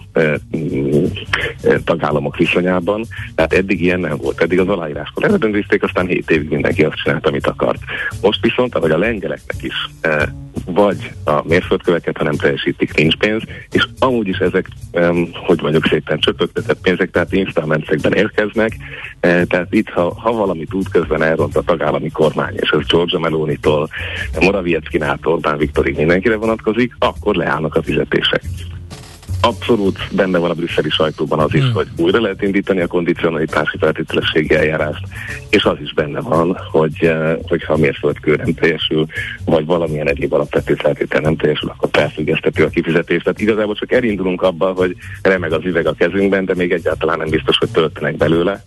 tagállamok viszonyában, tehát eddig ilyen nem volt. Eddig az aláíráskor ellenőrizték, aztán 7 évig mindenki azt csinált, amit akart. Most viszont, ahogy a lengyeleknek is vagy a mérföldköveket, ha nem teljesítik, nincs pénz, és amúgy is ezek, hogy mondjuk szépen csöpögtetett pénzek, tehát installmentszekben érkeznek, tehát itt, ha valamit útközben elront a tagállami kormány, és ez Giorgia Melonitól, Morawieckinától, Orbán Viktorig mindenkire vonatkozik, akkor leállnak a fizetések. Abszolút benne van a brüsszeli sajtóban az is, hogy újra lehet indítani a kondicionalitási feltételességi eljárást, és az is benne van, hogyha a mérföldkő nem teljesül, vagy valamilyen egyéb alapvető feltétel nem teljesül, akkor felfüggeszthető a kifizetés. Tehát igazából csak elindulunk abba, hogy remeg az üveg a kezünkben, de még egyáltalán nem biztos, hogy töltenek belőle.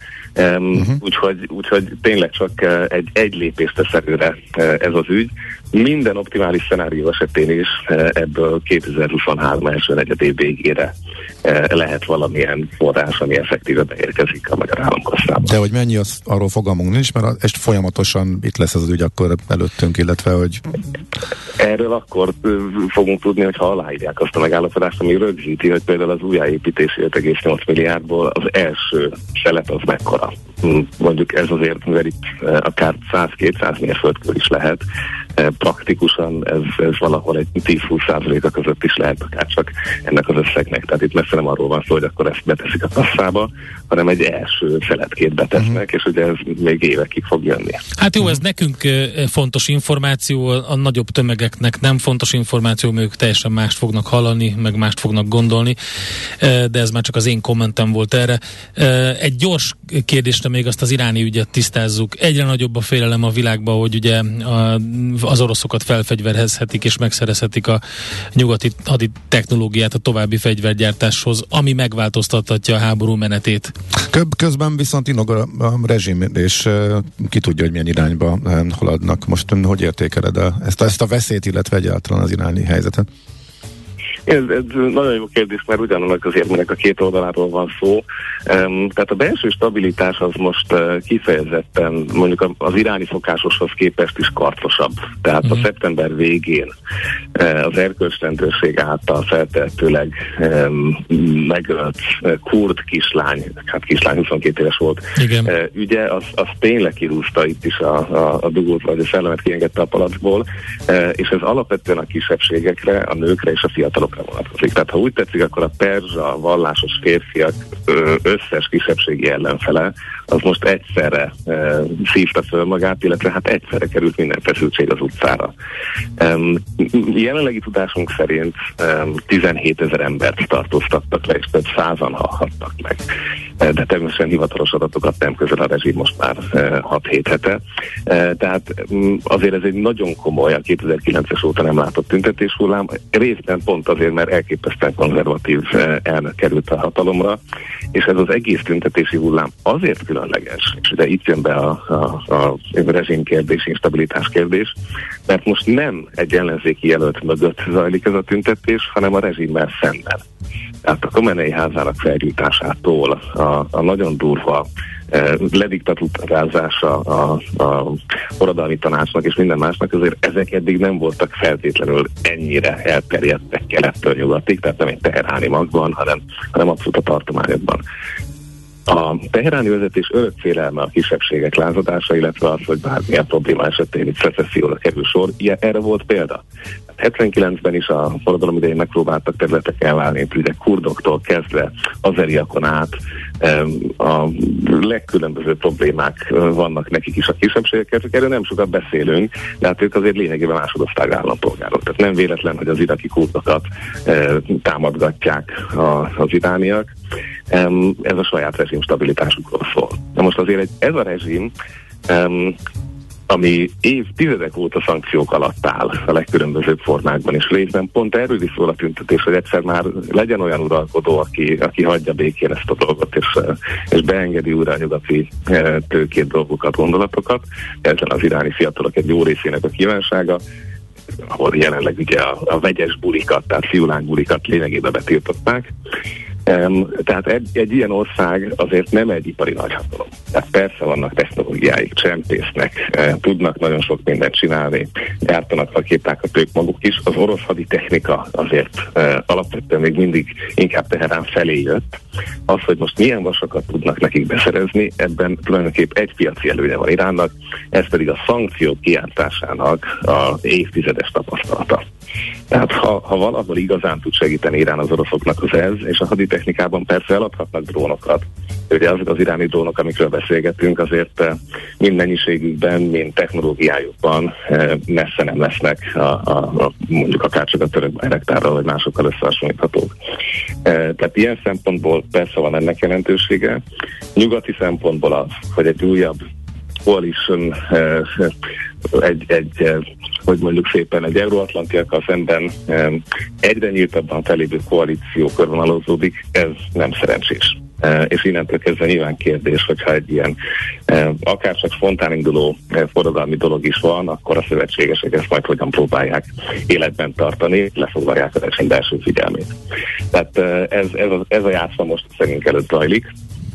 Úgyhogy tényleg csak egy lépést tesz előre ez az ügy. Minden optimális szenárió esetén is ebből 2023 első negyedév végére lehet valamilyen forrás, ami effektíve beérkezik a magyar államkasszába. De hogy mennyi, az arról fogalmunk nincs, mert ezt folyamatosan itt lesz ez az ügy akkor előttünk, illetve hogy... Erről akkor fogunk tudni, hogyha aláírják azt a megállapodást, ami rögzíti, hogy például az újjáépítési 5,8 milliárdból az első szelet az mekkora. Mondjuk ez azért, mivel itt akár 100-200 mérföldkő is lehet, praktikusan ez valahol egy 10-20%-a között is lehet akár csak ennek az összegnek. Tehát itt messze nem arról van szó, hogy akkor ezt beteszik a kasszába, hanem egy első szeletkét betesznek, és ugye ez még évekig fog jönni. Hát jó, ez nekünk fontos információ, a nagyobb tömegeknek nem fontos információ, ők teljesen mást fognak hallani, meg mást fognak gondolni, de ez már csak az én kommentem volt erre. Egy gyors kérdésre még azt az iráni ügyet tisztázzuk. Egyre nagyobb a félelem a világban, hogy ugye az oroszokat felfegyverhezhetik és megszerezhetik a nyugati haditechnológiát a további fegyvergyártáshoz, ami megváltoztathatja a háború menetét. Közben viszont inog a rezsim, és ki tudja, hogy milyen irányba haladnak. Most hogy értékeled ezt a veszélyt, illetve egyáltalán az iráni helyzetet? Ez nagyon jó kérdés, mert ugyanannak az érmének a két oldaláról van szó. Tehát a belső stabilitás az most kifejezetten mondjuk az iráni szokásoshoz képest is karcosabb. Tehát a szeptember végén az erkölcsrendőrség által feltehetőleg megölt kurd kislány, hát kislány 22 éves volt, ügye, az tényleg kirúzta itt is a dugót, vagy a szellemet kiengedte a palackból, és ez alapvetően a kisebbségekre, a nőkre és a fiatalokra vonatkozik. Tehát ha úgy tetszik, akkor a perzsa vallásos férfiak összes kisebbségi ellenfele, az most egyszerre szívta föl magát, illetve hát egyszerre került minden feszültség az utcára. Jelenlegi tudásunk szerint 17 000 embert tartóztattak le, és több 100-an halhattak meg. De természetesen hivatalos adatokat nem közöl a rezsim most már 6-7 hete. Tehát azért ez egy nagyon komoly, a 2009-es óta nem látott tüntetéshullám, részben pont azért, mert elképesztően konzervatív elnök került a hatalomra, és ez az egész tüntetési hullám azért különleges, és de itt jön be a rezsim kérdés, instabilitás kérdés, mert most nem egy ellenzéki jelölt mögött zajlik ez a tüntetés, hanem a rezsimmel szemben. Tehát a Khamenei házának felgyújtásától a nagyon durva lediktatúrázása a forradalmi tanácsnak és minden másnak, azért ezek eddig nem voltak feltétlenül ennyire elterjedtek kelettől nyugatig, tehát nem egy teheráni magban, hanem abszolút a tartományokban. A teheráni vezetés örök félelme a kisebbségek lázadása, illetve az, hogy bármilyen probléma esetén itt szecesszióra kerül sor. Erre volt példa. 79-ben is a forradalom idején megpróbáltak területek elválni, ugye kurdoktól kezdve azeriakon át, a legkülönbözőbb problémák vannak nekik is a kisebbségekkel, csak erről nem sokat beszélünk, de hát ők azért lényegében másodosztályú állampolgárok. Tehát nem véletlen, hogy az iraki kurdokat támadgatják az irániak. Ez a saját rezsim stabilitásukról szól. Na most azért ez a rezsim, ami évtizedek óta szankciók alatt áll a legkülönbözőbb formákban is részben. Pont erről is szól a tüntetés, hogy egyszer már legyen olyan uralkodó, aki hagyja békén ezt a dolgot, és beengedi újra a nyugati tőkét dolgokat, gondolatokat. Ezen az iráni fiatalok egy jó részének a kívánsága, ahol jelenleg ugye a vegyes bulikat, tehát fiúlány bulikat lényegében betiltották. Tehát egy ilyen ország azért nem egy ipari nagyhatalom. Tehát persze vannak technológiáik, csempésznek, tudnak nagyon sok mindent csinálni, gyártanak rakétákat ők maguk is. Az orosz haditechnika azért alapvetően még mindig inkább Teherán felé jött. Az, hogy most milyen vasakat tudnak nekik beszerezni, ebben tulajdonképp egy piaci előnye van Iránnak, ez pedig a szankciók kijártásának az évtizedes tapasztalata. Tehát ha valahol igazán tud segíteni Irán az oroszoknak az ez, és a haditechnikában persze eladhatnak drónokat. Ugye azok az iráni drónok, amikről beszélgetünk, azért mind mennyiségükben, mind technológiájukban messze nem lesznek mondjuk akár csak a török Bayraktárral, vagy másokkal összehasonlíthatók. Tehát ilyen szempontból persze van ennek jelentősége. Nyugati szempontból az, hogy egy újabb coalition, hogy mondjuk szépen egy euróatlantiakkal szemben egyre nyíltabban felépő koalíció körvonalazódik, ez nem szerencsés. És innentől kezdve nyilván kérdés, hogyha egy ilyen akár csak spontán induló forradalmi dolog is van, akkor a szövetségesek ezt majd hogyan próbálják életben tartani, lefoglalják a rezsim belső figyelmét. Tehát ez a játszma most szerint előtt zajlik.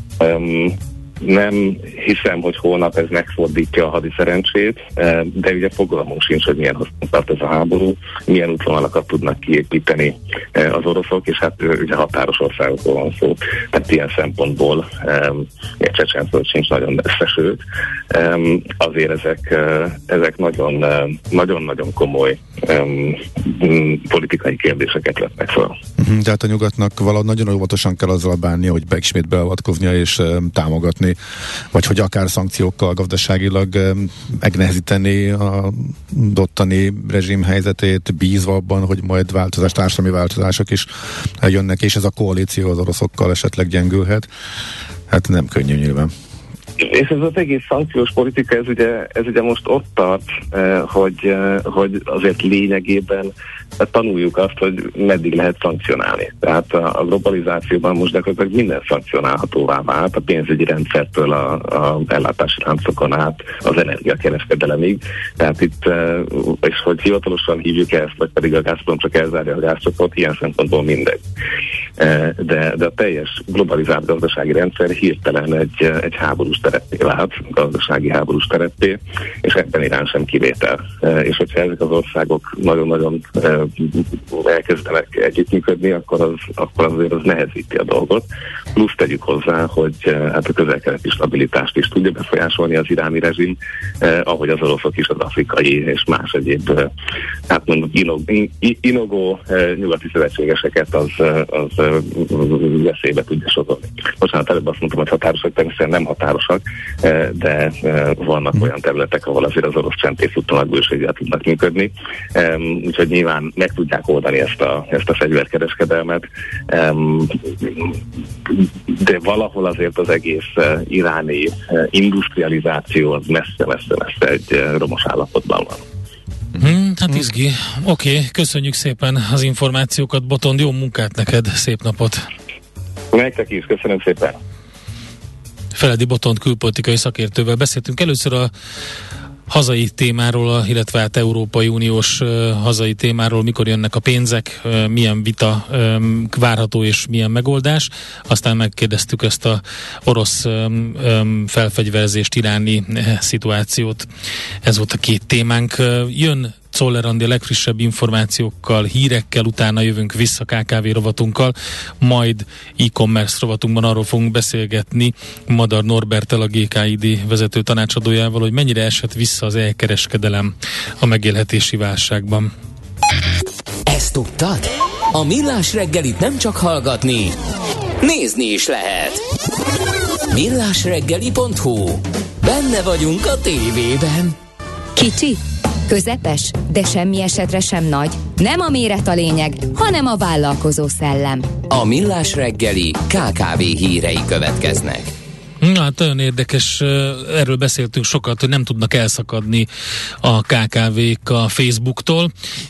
Nem hiszem, hogy holnap ez megfordítja a hadi szerencsét, de ugye fogalmunk sincs, hogy milyen hosszú tart ez a háború, milyen útvonalakat tudnak kiépíteni az oroszok, és hát ugye határos országokról van szó. Tehát ilyen szempontból egy Csecsenföld sincs nagyon messze, sőt, azért ezek nagyon-nagyon komoly politikai kérdéseket vetnek fel. Tehát a nyugatnak valahogy nagyon óvatosan kell azzal bánni, hogy ismét beavatkoznia és támogatni, vagy hogy akár szankciókkal gazdaságilag megnehezíteni a ottani rezsim helyzetét, bízva abban, hogy majd társadalmi változások is jönnek, és ez a koalíció az oroszokkal esetleg gyengülhet. Hát nem könnyű nyilván. És ez az egész szankciós politika, ez ugye most ott tart, hogy azért lényegében tanuljuk azt, hogy meddig lehet szankcionálni. Tehát a globalizációban most gyakorlatilag minden szankcionálhatóvá vált, a pénzügyi rendszertől a ellátási láncokon át az energiakereskedelemig. Tehát itt, és hogy hivatalosan hívjuk ezt, vagy pedig a Gazprom csak elzárja a gázcsapot, ilyen szempontból mindegy. De a teljes globalizált gazdasági rendszer hirtelen egy háborús tereppé vált, gazdasági háborús tereppé, és ebben Irán sem kivétel. És hogyha ezek az országok nagyon-nagyon elkezdenek együttműködni, akkor azért az nehezíti a dolgot. Plusz tegyük hozzá, hogy hát a közel-keleti stabilitást is tudja befolyásolni az iráni rezsim, ahogy az oroszok is az afrikai és más egyéb, hát mondjuk inogó nyugati szövetségeseket az veszélybe tudja sodorni. Bocsánat, előbb azt mondtam, hogy határosak, természetesen nem határosak, de vannak olyan területek, ahol azért az orosz csempészúttal bőséggel tudnak működni, úgyhogy nyilván meg tudják oldani ezt a fegyverkereskedelmet, de valahol azért az egész iráni industrializáció az messze egy romos állapotban van. Hát izgi. Oké, köszönjük szépen az információkat, Botond, jó munkát neked, szép napot! Nektek is, köszönöm szépen! Feledi Botond külpolitikai szakértővel beszéltünk először a hazai témáról, illetve hát Európai Uniós hazai témáról, mikor jönnek a pénzek, milyen vita várható és milyen megoldás. Aztán megkérdeztük ezt a orosz felfegyverzést, iráni szituációt. Ez volt a két témánk. Jön Czoller Andi a legfrissebb információkkal, hírekkel, utána jövünk vissza KKV rovatunkkal, majd e-commerce rovatunkban arról fogunk beszélgetni Madar Norberttel, a GKID vezető tanácsadójával, hogy mennyire esett vissza az elkereskedelem a megélhetési válságban. Ezt tudtad? A Millás reggelit nem csak hallgatni, nézni is lehet. millásreggeli.hu. Benne vagyunk a tévében. Kicsi, közepes, de semmi esetre sem nagy. Nem a méret a lényeg, hanem a vállalkozó szellem. A Millás reggeli KKV hírei következnek. Hát nagyon érdekes, erről beszéltünk sokat, hogy nem tudnak elszakadni a KKV-k a Facebooktól.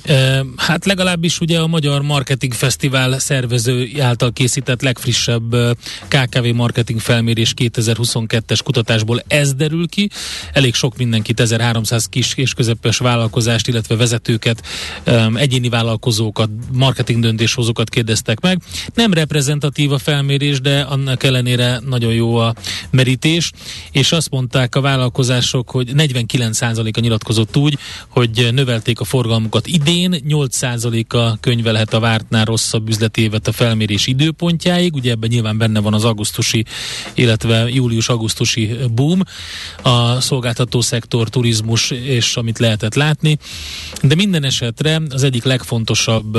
Hát legalábbis ugye a Magyar Marketing Fesztivál szervező által készített legfrissebb KKV marketing felmérés 2022-es kutatásból ez derül ki. Elég sok mindenkit, 1300 kis és közepes vállalkozást, illetve vezetőket, egyéni vállalkozókat, marketing döntéshozókat kérdeztek meg. Nem reprezentatív a felmérés, de annak ellenére nagyon jó a merítés, és azt mondták a vállalkozások, hogy 49%-a nyilatkozott úgy, hogy növelték a forgalmukat idén, 8%-a könyvelhet a vártnál rosszabb üzleti évet a felmérés időpontjáig, ugye ebben nyilván benne van az augusztusi, illetve július-augusztusi boom, a szolgáltató szektor, turizmus, és amit lehetett látni, de minden esetre az egyik legfontosabb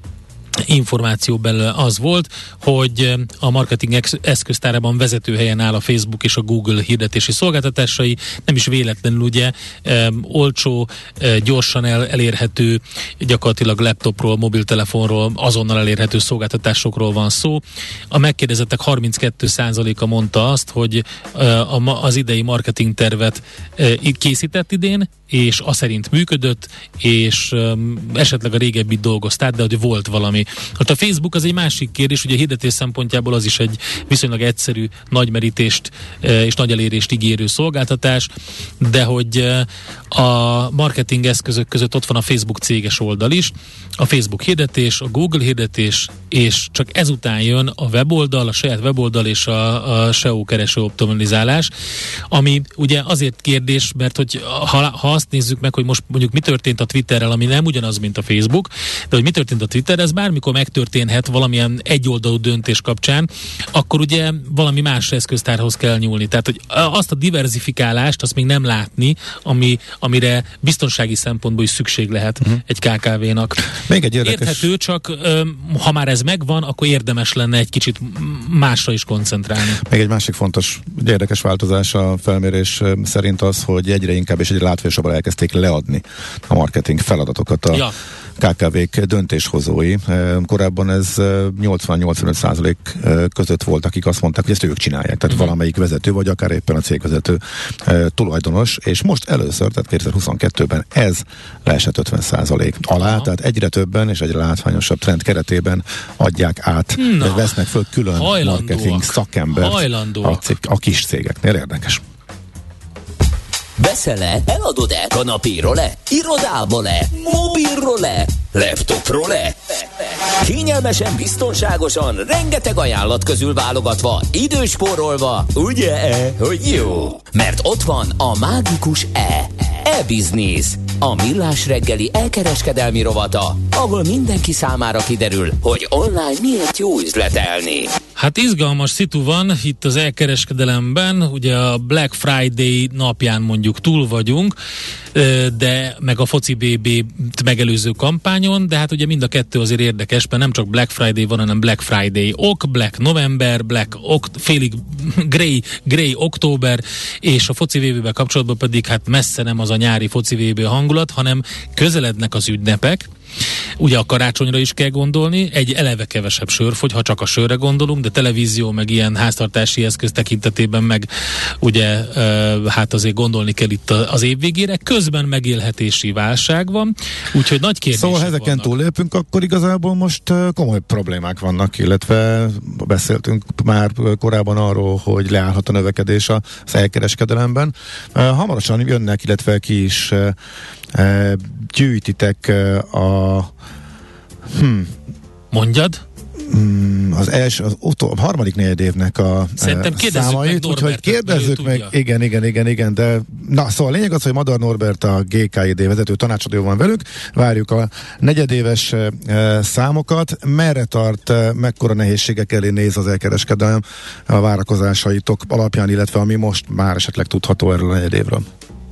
információ belőle az volt, hogy a marketing eszköztárában vezető helyen áll a Facebook és a Google hirdetési szolgáltatásai, nem is véletlenül ugye olcsó, gyorsan elérhető, gyakorlatilag laptopról, mobiltelefonról, azonnal elérhető szolgáltatásokról van szó. A megkérdezettek 32%-a mondta azt, hogy az idei marketing tervet készített idén, és az szerint működött, és esetleg a régebbit dolgozták, de hogy volt valami. Hát a Facebook az egy másik kérdés, ugye a hirdetés szempontjából az is egy viszonylag egyszerű, nagy merítést és nagy elérést ígérő szolgáltatás, de hogy a marketing eszközök között ott van a Facebook céges oldal is, a Facebook hirdetés, a Google hirdetés, és csak ezután jön a weboldal, a saját weboldal és a SEO kereső optimalizálás, ami ugye azért kérdés, mert hogy ha azt nézzük meg, hogy most mondjuk mi történt a Twitterrel, ami nem ugyanaz, mint a Facebook, de hogy mi történt a Twitterrel, ez bármikor megtörténhet valamilyen egyoldalú döntés kapcsán, akkor ugye valami más eszköztárhoz kell nyúlni. Tehát, hogy azt a diverzifikálást, azt még nem látni, amire biztonsági szempontból is szükség lehet egy KKV-nak. Még egy érdekes... Érthető, csak ha már ez megvan, akkor érdemes lenne egy kicsit másra is koncentrálni. Még egy másik fontos, érdekes változás a felmérés szerint az, hogy egyre inkább és egyre látványosabban elkezdték leadni a marketing feladatokat a KKV-k döntéshozói. Korábban ez 80-85% között volt, akik azt mondták, hogy ezt ők csinálják. Tehát valamelyik vezető, vagy akár éppen a cégvezető tulajdonos, és most először, tehát 2022-ben ez leesett 50% alá, tehát egyre többen és egyre látványosabb trend keretében adják át, de vesznek föl külön marketing szakembert a kis cégeknél. Érdekes. Veszel-e? Eladod-e? Kanapéról-e? Irodából-e? Mobilról-e? Laptopról-e? Kényelmesen, biztonságosan, rengeteg ajánlat közül válogatva, időspórolva, ugye, hogy jó? Mert ott van a mágikus e-business, a Millás reggeli elkereskedelmi rovata, ahol mindenki számára kiderül, hogy online miért jó üzletelni. Hát izgalmas szitu van itt az elkereskedelemben, ugye a Black Friday napján mondjuk túl vagyunk, de meg a foci BB-t megelőző kampányon, de hát ugye mind a kettő azért érdekes, mert nem csak Black Friday van, hanem Black Friday Black November, félig Grey Október, és a foci VB-vel kapcsolatban pedig hát messze nem az a nyári foci VB hangulat, hanem közelednek az ünnepek. Ugye a karácsonyra is kell gondolni, egy eleve kevesebb sör fogy, ha csak a sörre gondolunk, de televízió, meg ilyen háztartási eszköz tekintetében meg ugye hát azért gondolni kell itt az év végére. Közben megélhetési válság van, úgyhogy nagy kérdések vannak. Szóval ezeken túllépünk, akkor igazából most komoly problémák vannak, illetve beszéltünk már korábban arról, hogy leállhat a növekedés az elkereskedelemben. Hamarosan jönnek, illetve ki is gyűjtitek mondjad? A harmadik negyedévnek a számait, úgyhogy kérdezzük meg, igen, de na, szóval a lényeg az, hogy Madar Norbert, a GKID vezető tanácsadó van velük, várjuk a negyedéves számokat, merre tart, mekkora nehézségek elé néz az elkereskedelem a várakozásaitok alapján, illetve ami most már esetleg tudható erről a negyedévről.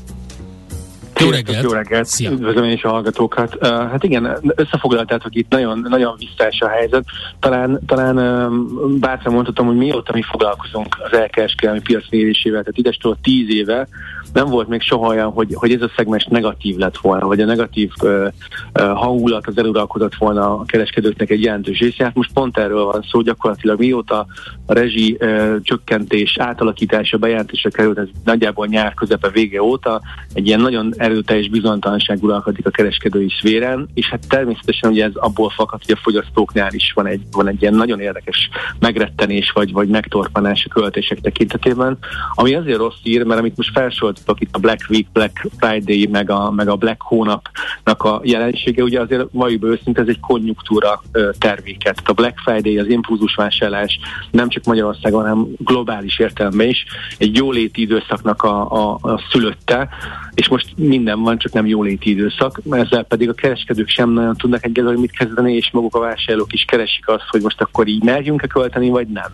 Jó reggelt! Üdvözlöm én is a hallgatókat. Hát igen, összefoglaltátok itt, nagyon, nagyon visszás a helyzet. Talán bátran mondhatom, hogy mióta mi foglalkozunk az elkereskedelmi piac mérésével, tehát idestől 10 éve nem volt még soha olyan, hogy ez a szegmens negatív lett volna, vagy a negatív hangulat az eluralkodott volna a kereskedőknek egy jelentős része. Hát most pont erről van szó, gyakorlatilag mióta a rezsi csökkentés, átalakítása, bejelentésre került, ez nagyjából nyár közepe vége óta egy ilyen nagyon erőteljes bizonytalanság uralkodik a kereskedői szféren, és hát természetesen ugye ez abból fakad, hogy a fogyasztóknál is van egy ilyen nagyon érdekes megrettenés, vagy megtorpanás a költések tekintetében, ami azért rossz hír, mert amit most felsoroltatok itt a Black Week, Black Friday, meg a Black hónapnak a jelensége, ugye azért valljuk be őszintén, ez egy konjunktúra terméket. Tehát a Black Friday, az impulzusvásárlás nem csak Magyarországon, hanem globális értelemben is egy jóléti időszaknak a szülötte, és most minden van, csak nem jóléti időszak, ezzel pedig a kereskedők sem nagyon tudnak egyelőre mit kezdeni, és maguk a vásárlók is keresik azt, hogy most akkor így merjünk-e költeni, vagy nem.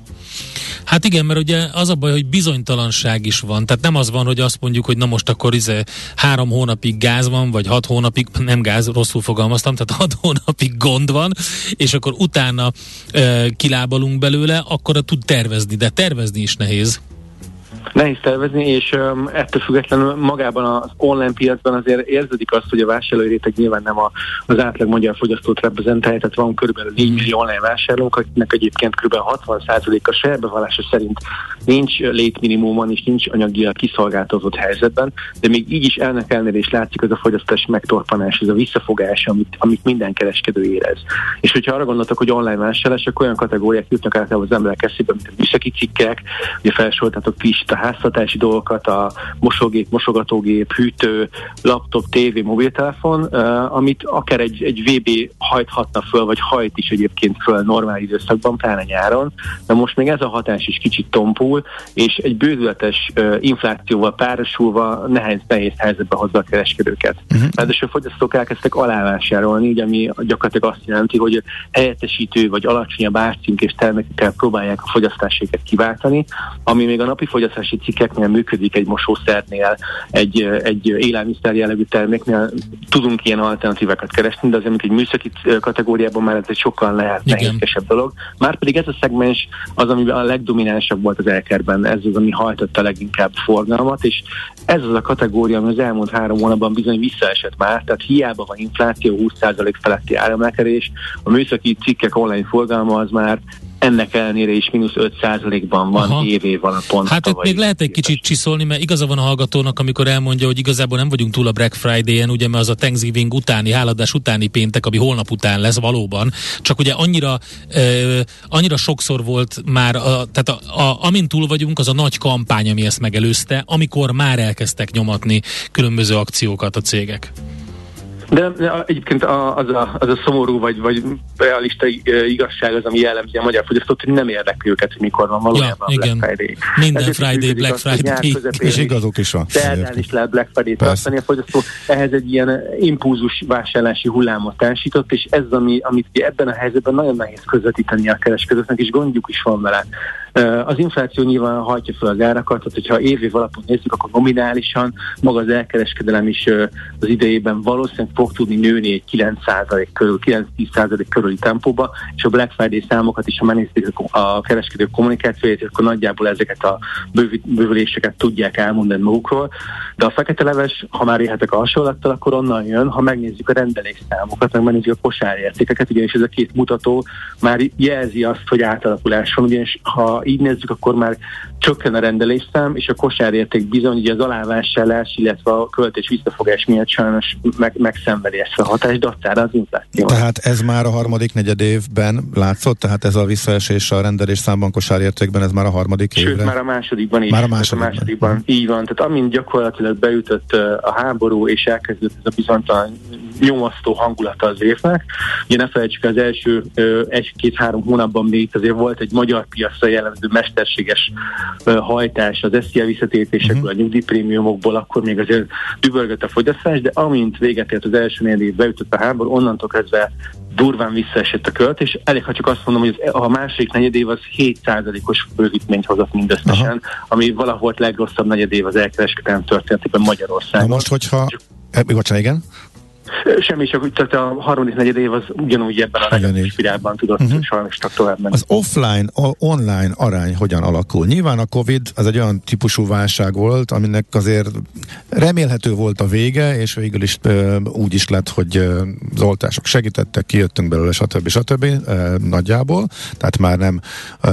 Hát igen, mert ugye az a baj, hogy bizonytalanság is van. Tehát nem az van, hogy azt mondjuk, hogy na most akkor 3 hónapig gáz van, vagy 6 hónapig, nem gáz, rosszul fogalmaztam, tehát 6 hónapig gond van, és akkor utána kilábalunk belőle, akkor tud tervezni, de tervezni is nehéz. Nehéz tervezni, és ettől függetlenül magában az online piacban azért érződik azt, hogy a vásárlói réteg nyilván nem az átlag magyar fogyasztót reprezentálja, tehát van körülbelül 4 millió online vásárlónk, akiknek egyébként kb. 60%-a saját bevallása szerint nincs létminimumon és nincs anyagilag kiszolgáltatott helyzetben, de még így is ennek ellenére is látszik az a fogyasztás megtorpanás, ez a visszafogás, amit minden kereskedő érez. És hogyha arra gondoltak, hogy online vásárlás, akkor olyan kategóriák jutnak általában az emberek eszébe, mint a műszaki cikkek, ugye felsoroltatok ti is a háztartási dolgokat, a mosógép, mosogatógép, hűtő, laptop, tévé, mobiltelefon, amit akár egy VB hajthatna föl, vagy hajt is egyébként föl normál időszakban, pláne nyáron, de most még ez a hatás is kicsit tompul, és egy bődületes inflációval párosulva nehéz helyzetbe hozza a kereskedőket. Ráadásul a fogyasztók elkezdtek alávásárolni, így ami gyakorlatilag azt jelenti, hogy helyettesítő vagy alacsonyabb árcímkés termékekkel próbálják a fogyasztáséket kiváltani, ami még a napi fogyasztási cikkeknél működik, egy mosószernél, egy élelmiszer jellegű terméknél tudunk ilyen alternatívákat keresni, de azért, mint egy műszaki kategóriában már ez egy sokkal nehézkesebb dolog. Márpedig ez a szegmens az, ami a legdominánsabb volt az elkerben, ez az, ami hajtotta leginkább forgalmat, és ez az a kategória, ami az elmúlt 3 hónapban bizony visszaesett már, tehát hiába van infláció, 20% feletti áremelkedés, a műszaki cikkek online forgalma az már ennek ellenére is -5%-ban van év alapon. Hát itt még lehet egy kicsit csiszolni, mert igaza van a hallgatónak, amikor elmondja, hogy igazából nem vagyunk túl a Black Friday-en, ugye, mert az a Thanksgiving utáni, háladás utáni péntek, ami holnap után lesz valóban, csak ugye annyira sokszor volt már, tehát amin túl vagyunk, az a nagy kampány, ami ezt megelőzte, amikor már elkezdtek nyomatni különböző akciókat a cégek. De egyébként az a szomorú vagy realista igazság az, ami jellemzi a magyar fogyasztót, hogy nem érdekli őket, hogy mikor van valójában a Black Friday. Minden Friday, Black Friday. És igazuk is van. Szerdán is lehet Black Friday tartani a fogyasztó. Ehhez egy ilyen impulzus vásárlási hullámot társított, és ez, amit ebben a helyzetben nagyon nehéz közvetíteni a kereskedőknek, és gondjuk is van vele. Az infláció nyilván hajtja fel az árakat, tehát hogyha év alapon nézzük, akkor nominálisan maga az elkereskedelem is az idejében valószínűleg fog tudni nőni egy 9% körül, 9-10% körüli tempóba, és a Black Friday számokat is, ha megnézték a kereskedők kommunikációját, akkor nagyjából ezeket a bővüléseket tudják elmondani magukról. De a fekete leves, ha már élhetek a hasonlattal, akkor onnan jön, ha megnézzük a rendelésszámokat, meg megnézzük a kosárértékeket, ugyanis ez a két mutató már jelzi azt, hogy átalakulás van, ugyanis ha így nézzük, akkor már csökken a rendelésszám, és a kosárérték bizony ugye az alávásárlás, illetve a költés visszafogás miatt sajnos megszenvedi ezt a hatást, de aztán az infláció. Tehát ez már a harmadik negyedévben látszott? Tehát ez a visszaesés a rendelésszámban, kosárértékben, ez már a harmadik évre? Sőt, már a másodikban is. Már a másodikban. Így van. Tehát amint gyakorlatilag beütött a háború, és elkezdődött ez a bizonytalan nyomasztó hangulata az évnek. Ugye ne felejtsük, az első 1-2-3 hónapban még azért volt egy magyar piacra jellemző mesterséges hajtás az SZIA visszatérítésekből, a nyugdíjprémiumokból, akkor még azért dübörgött a fogyasztás, de amint véget ért az első negyedév, beütött a háború, onnantól kezdve durván visszaesett a költés. Elég, ha csak azt mondom, hogy a második negyedév az 7%-os bővítményt hozott mindösszesen, ami valahol legrosszabb negyedév az elkereskedelem történetében Magyarországon. Na most, hogyha... Bocsánat, igen? Semmi, csak tehát a harmadik negyedév az ugyanúgy ebben a negatív spirálban tudott sajnos csak tovább menni. Az offline-online arány hogyan alakul? Nyilván a Covid az egy olyan típusú válság volt, aminek azért remélhető volt a vége, és végül is úgy is lett, hogy az oltások segítettek, kijöttünk belőle, stb. Nagyjából, tehát már nem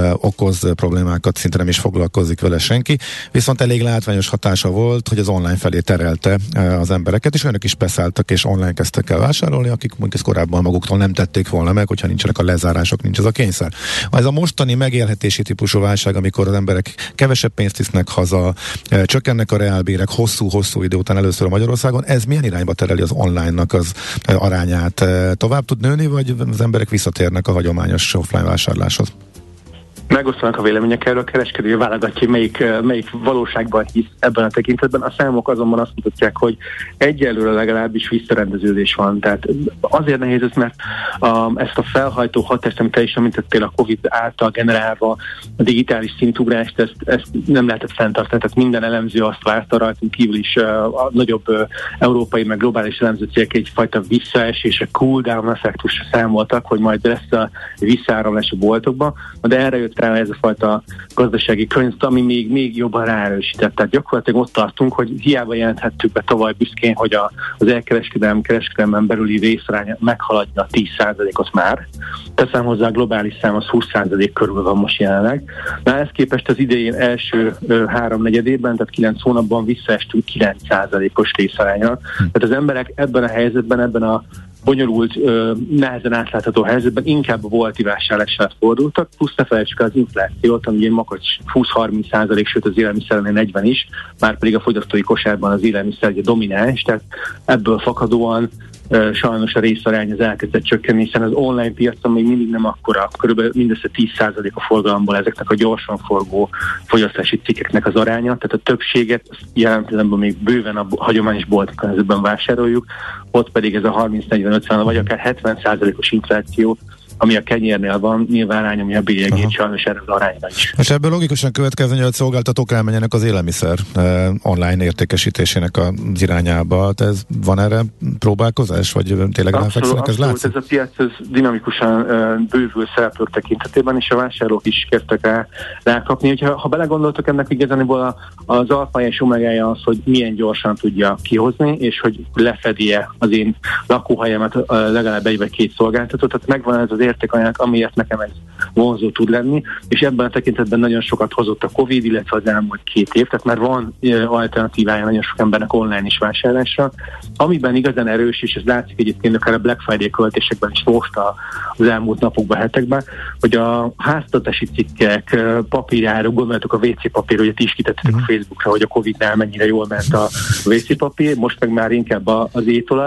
okoz problémákat, szinte nem is foglalkozik vele senki, viszont elég látványos hatása volt, hogy az online felé terelte az embereket, és önök is beszálltak, és online kezdtek el vásárolni, akik mondjuk ezt korábban maguktól nem tették volna meg, hogyha nincsenek a lezárások, nincs ez a kényszer. Ez a mostani megélhetési típusú válság, amikor az emberek kevesebb pénzt visznek haza, csökkennek a reálbérek hosszú idő után először a Magyarországon, ez milyen irányba tereli az online-nak az arányát? Tovább tud nőni, vagy az emberek visszatérnek a hagyományos offline vásárláshoz? Megosztanak a vélemények erről, a kereskedő válogatja, melyik valóságban hisz ebben a tekintetben. A számok azonban azt mutatják, hogy egyelőre legalábbis visszarendeződés van. Tehát azért nehéz ez, mert ezt a felhajtó hatást, amit te is említettél, a Covid által generálva a digitális szintugrást, ezt nem lehetett fenntartani. Tehát minden elemző azt várta, rajtunk kívül is a nagyobb európai, meg globális elemző cégek egyfajta visszaesés, a cool down effektusra számoltak, hogy majd lesz a visszaáramlás a boltokba, de erre jött rá ez a fajta gazdasági környezet, ami még jobban ráerősített. Tehát gyakorlatilag ott tartunk, hogy hiába jelenthettük be tavaly büszkén, hogy az kereskedelmen belüli részaránya meghaladja a 10%-ot már. Teszem hozzá, a globális szám az 20% körül van most jelenleg. Na ezt képest az idején első 3 negyedében, tehát 9 hónapban visszaestünk 9%-os részarányra. Tehát az emberek ebben a helyzetben, ebben a bonyolult, nehezen átlátható helyzetben inkább a volti vásárlásra fordultak, plusz ne felejtsük az inflációt, ami egy makacs 20-30%, sőt az élelmiszernél 40 is, már pedig a fogyasztói kosárban az élelmiszer ugye domináns, tehát ebből fakadóan sajnos a részarány az elkezdett csökkenni, hiszen az online piacon még mindig nem akkora, körülbelül mindössze 10% a forgalomból ezeknek a gyorsan forgó fogyasztási cikkeknek az aránya, tehát a többséget jelen pillanatban még bőven a hagyományos boltokon ezekben vásároljuk, ott pedig ez a 30-40-50 vagy akár 70%-os infláció, ami a kenyérnél van, nyilván rányomja a bélyegét sajnos erre az arányra is. És ebből logikusan következne, hogy a szolgáltatók elmenjenek az élelmiszer online értékesítésének az irányába. Ez van erre próbálkozás, vagy tényleg nem fekszenek? Ez látszik? Ez a piac ez dinamikusan bővül szereplők tekintetében, és a vásárlók is kezdtek rákapni. Ha belegondoltok, ennek igazából az alfa és omegája az, hogy milyen gyorsan tudja kihozni, és hogy lefedje az én lakóhelyemet legalább 1 vagy 2 szolgáltatót. Tehát megvan ez az értékanyag, amiért nekem ez vonzó tud lenni, és ebben a tekintetben nagyon sokat hozott a Covid, illetve az elmúlt 2 év, tehát már van alternatívája nagyon sok embernek online is vásárlásra. Amiben igazán erős, és ez látszik egyébként akár a Black Friday költésekben is most az elmúlt napokban, hetekben, hogy a háztartási cikkek, papírjáról, gondoljatok a WC papír, hogy ti is kitettetek a Facebookra, hogy a Covid-nál mennyire jól ment a WC papír, most meg már inkább az étolaj.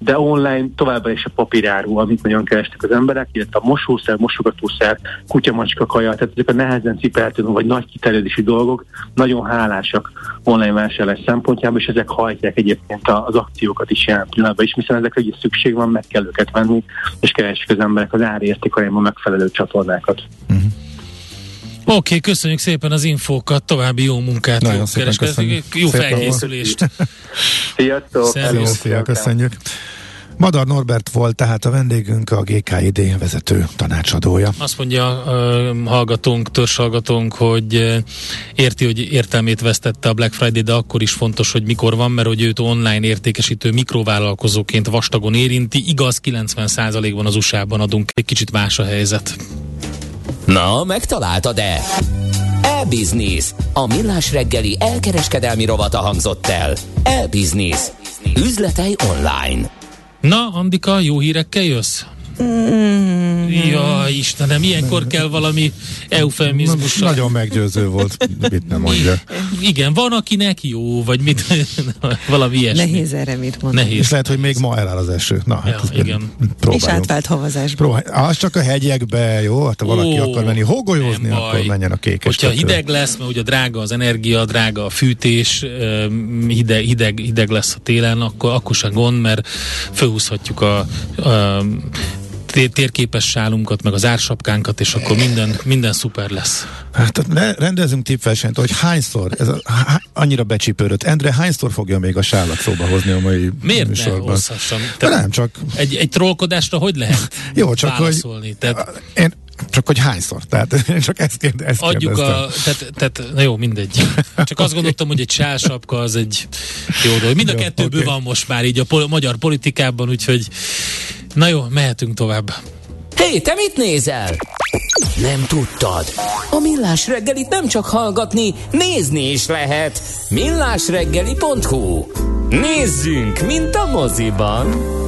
de online továbbá is a papíráru, amit nagyon kerestek az emberek, illetve a mosószer, mosogatószer, kutyamacska kaja, tehát ezek a nehezen cipelhető vagy nagy kiterjedési dolgok nagyon hálásak online vásárlás szempontjából, és ezek hajtják egyébként az akciókat is jelen pillanatban is, hiszen ezekre ugye szükség van, meg kell őket venni, és keresik az emberek az árérték arányban megfelelő csatornákat. Oké, köszönjük szépen az infókat, további jó munkát, nagyon jó kereskedést, jó felkészülést. Sziasztok! Szia, köszönjük. Madar Norbert volt tehát a vendégünk, a GKID vezető tanácsadója. Azt mondja törzshallgatónk, hogy érti, hogy értelmét vesztette a Black Friday, de akkor is fontos, hogy mikor van, mert hogy őt online értékesítő mikrovállalkozóként vastagon érinti. Igaz, 90%-ban az USA-ban adunk, egy kicsit más a helyzet. Na, megtaláltad-e? E-Business. A Millás reggeli elkereskedelmi rovata hangzott el. E-Business. Üzletei online. Na, Andika, jó hírekkel jössz? Jaj, Istenem, ilyenkor kell valami eufemizmussal. Nagyon meggyőző volt, mit nem mondja. Igen, van akinek jó, vagy mit, valami ilyesmi. Nehéz erre mit mondani. Nehéz. És lehet, hogy még ma eláll az eső. Na, hát igen. És átvált havazásba. Az csak a hegyekbe, jó? Hát ha valaki akar menni hogolyózni, akkor menjen a Kékes Hogyha hideg lesz, mert ugye drága az energia, drága a fűtés, hideg lesz a télen, akkor sem gond, mert fölhúzhatjuk a térképes sálunkat, meg az ársapkánkat, és akkor minden szuper lesz. Hát rendezünk tippversenyt, hogy hányszor, annyira becsípődött. Endre hányszor fogja még a sálat szóba hozni a mai miért műsorban? Miért ne hozhassam? Nem, csak... Egy trollkodásra hogy lehet jó, csak válaszolni? Hogy... Csak hogy hányszor? Tehát én csak ezt kérdeztem. Adjuk na jó, mindegy. Csak azt gondoltam, hogy egy sálsapka az egy jó dolog. Mind a kettőből van most már így a magyar politikában, úgyhogy na jó, mehetünk tovább. Hé, te mit nézel? Nem tudtad? A Millás reggelit nem csak hallgatni, nézni is lehet. millásreggeli.hu. Nézzünk, mint a moziban.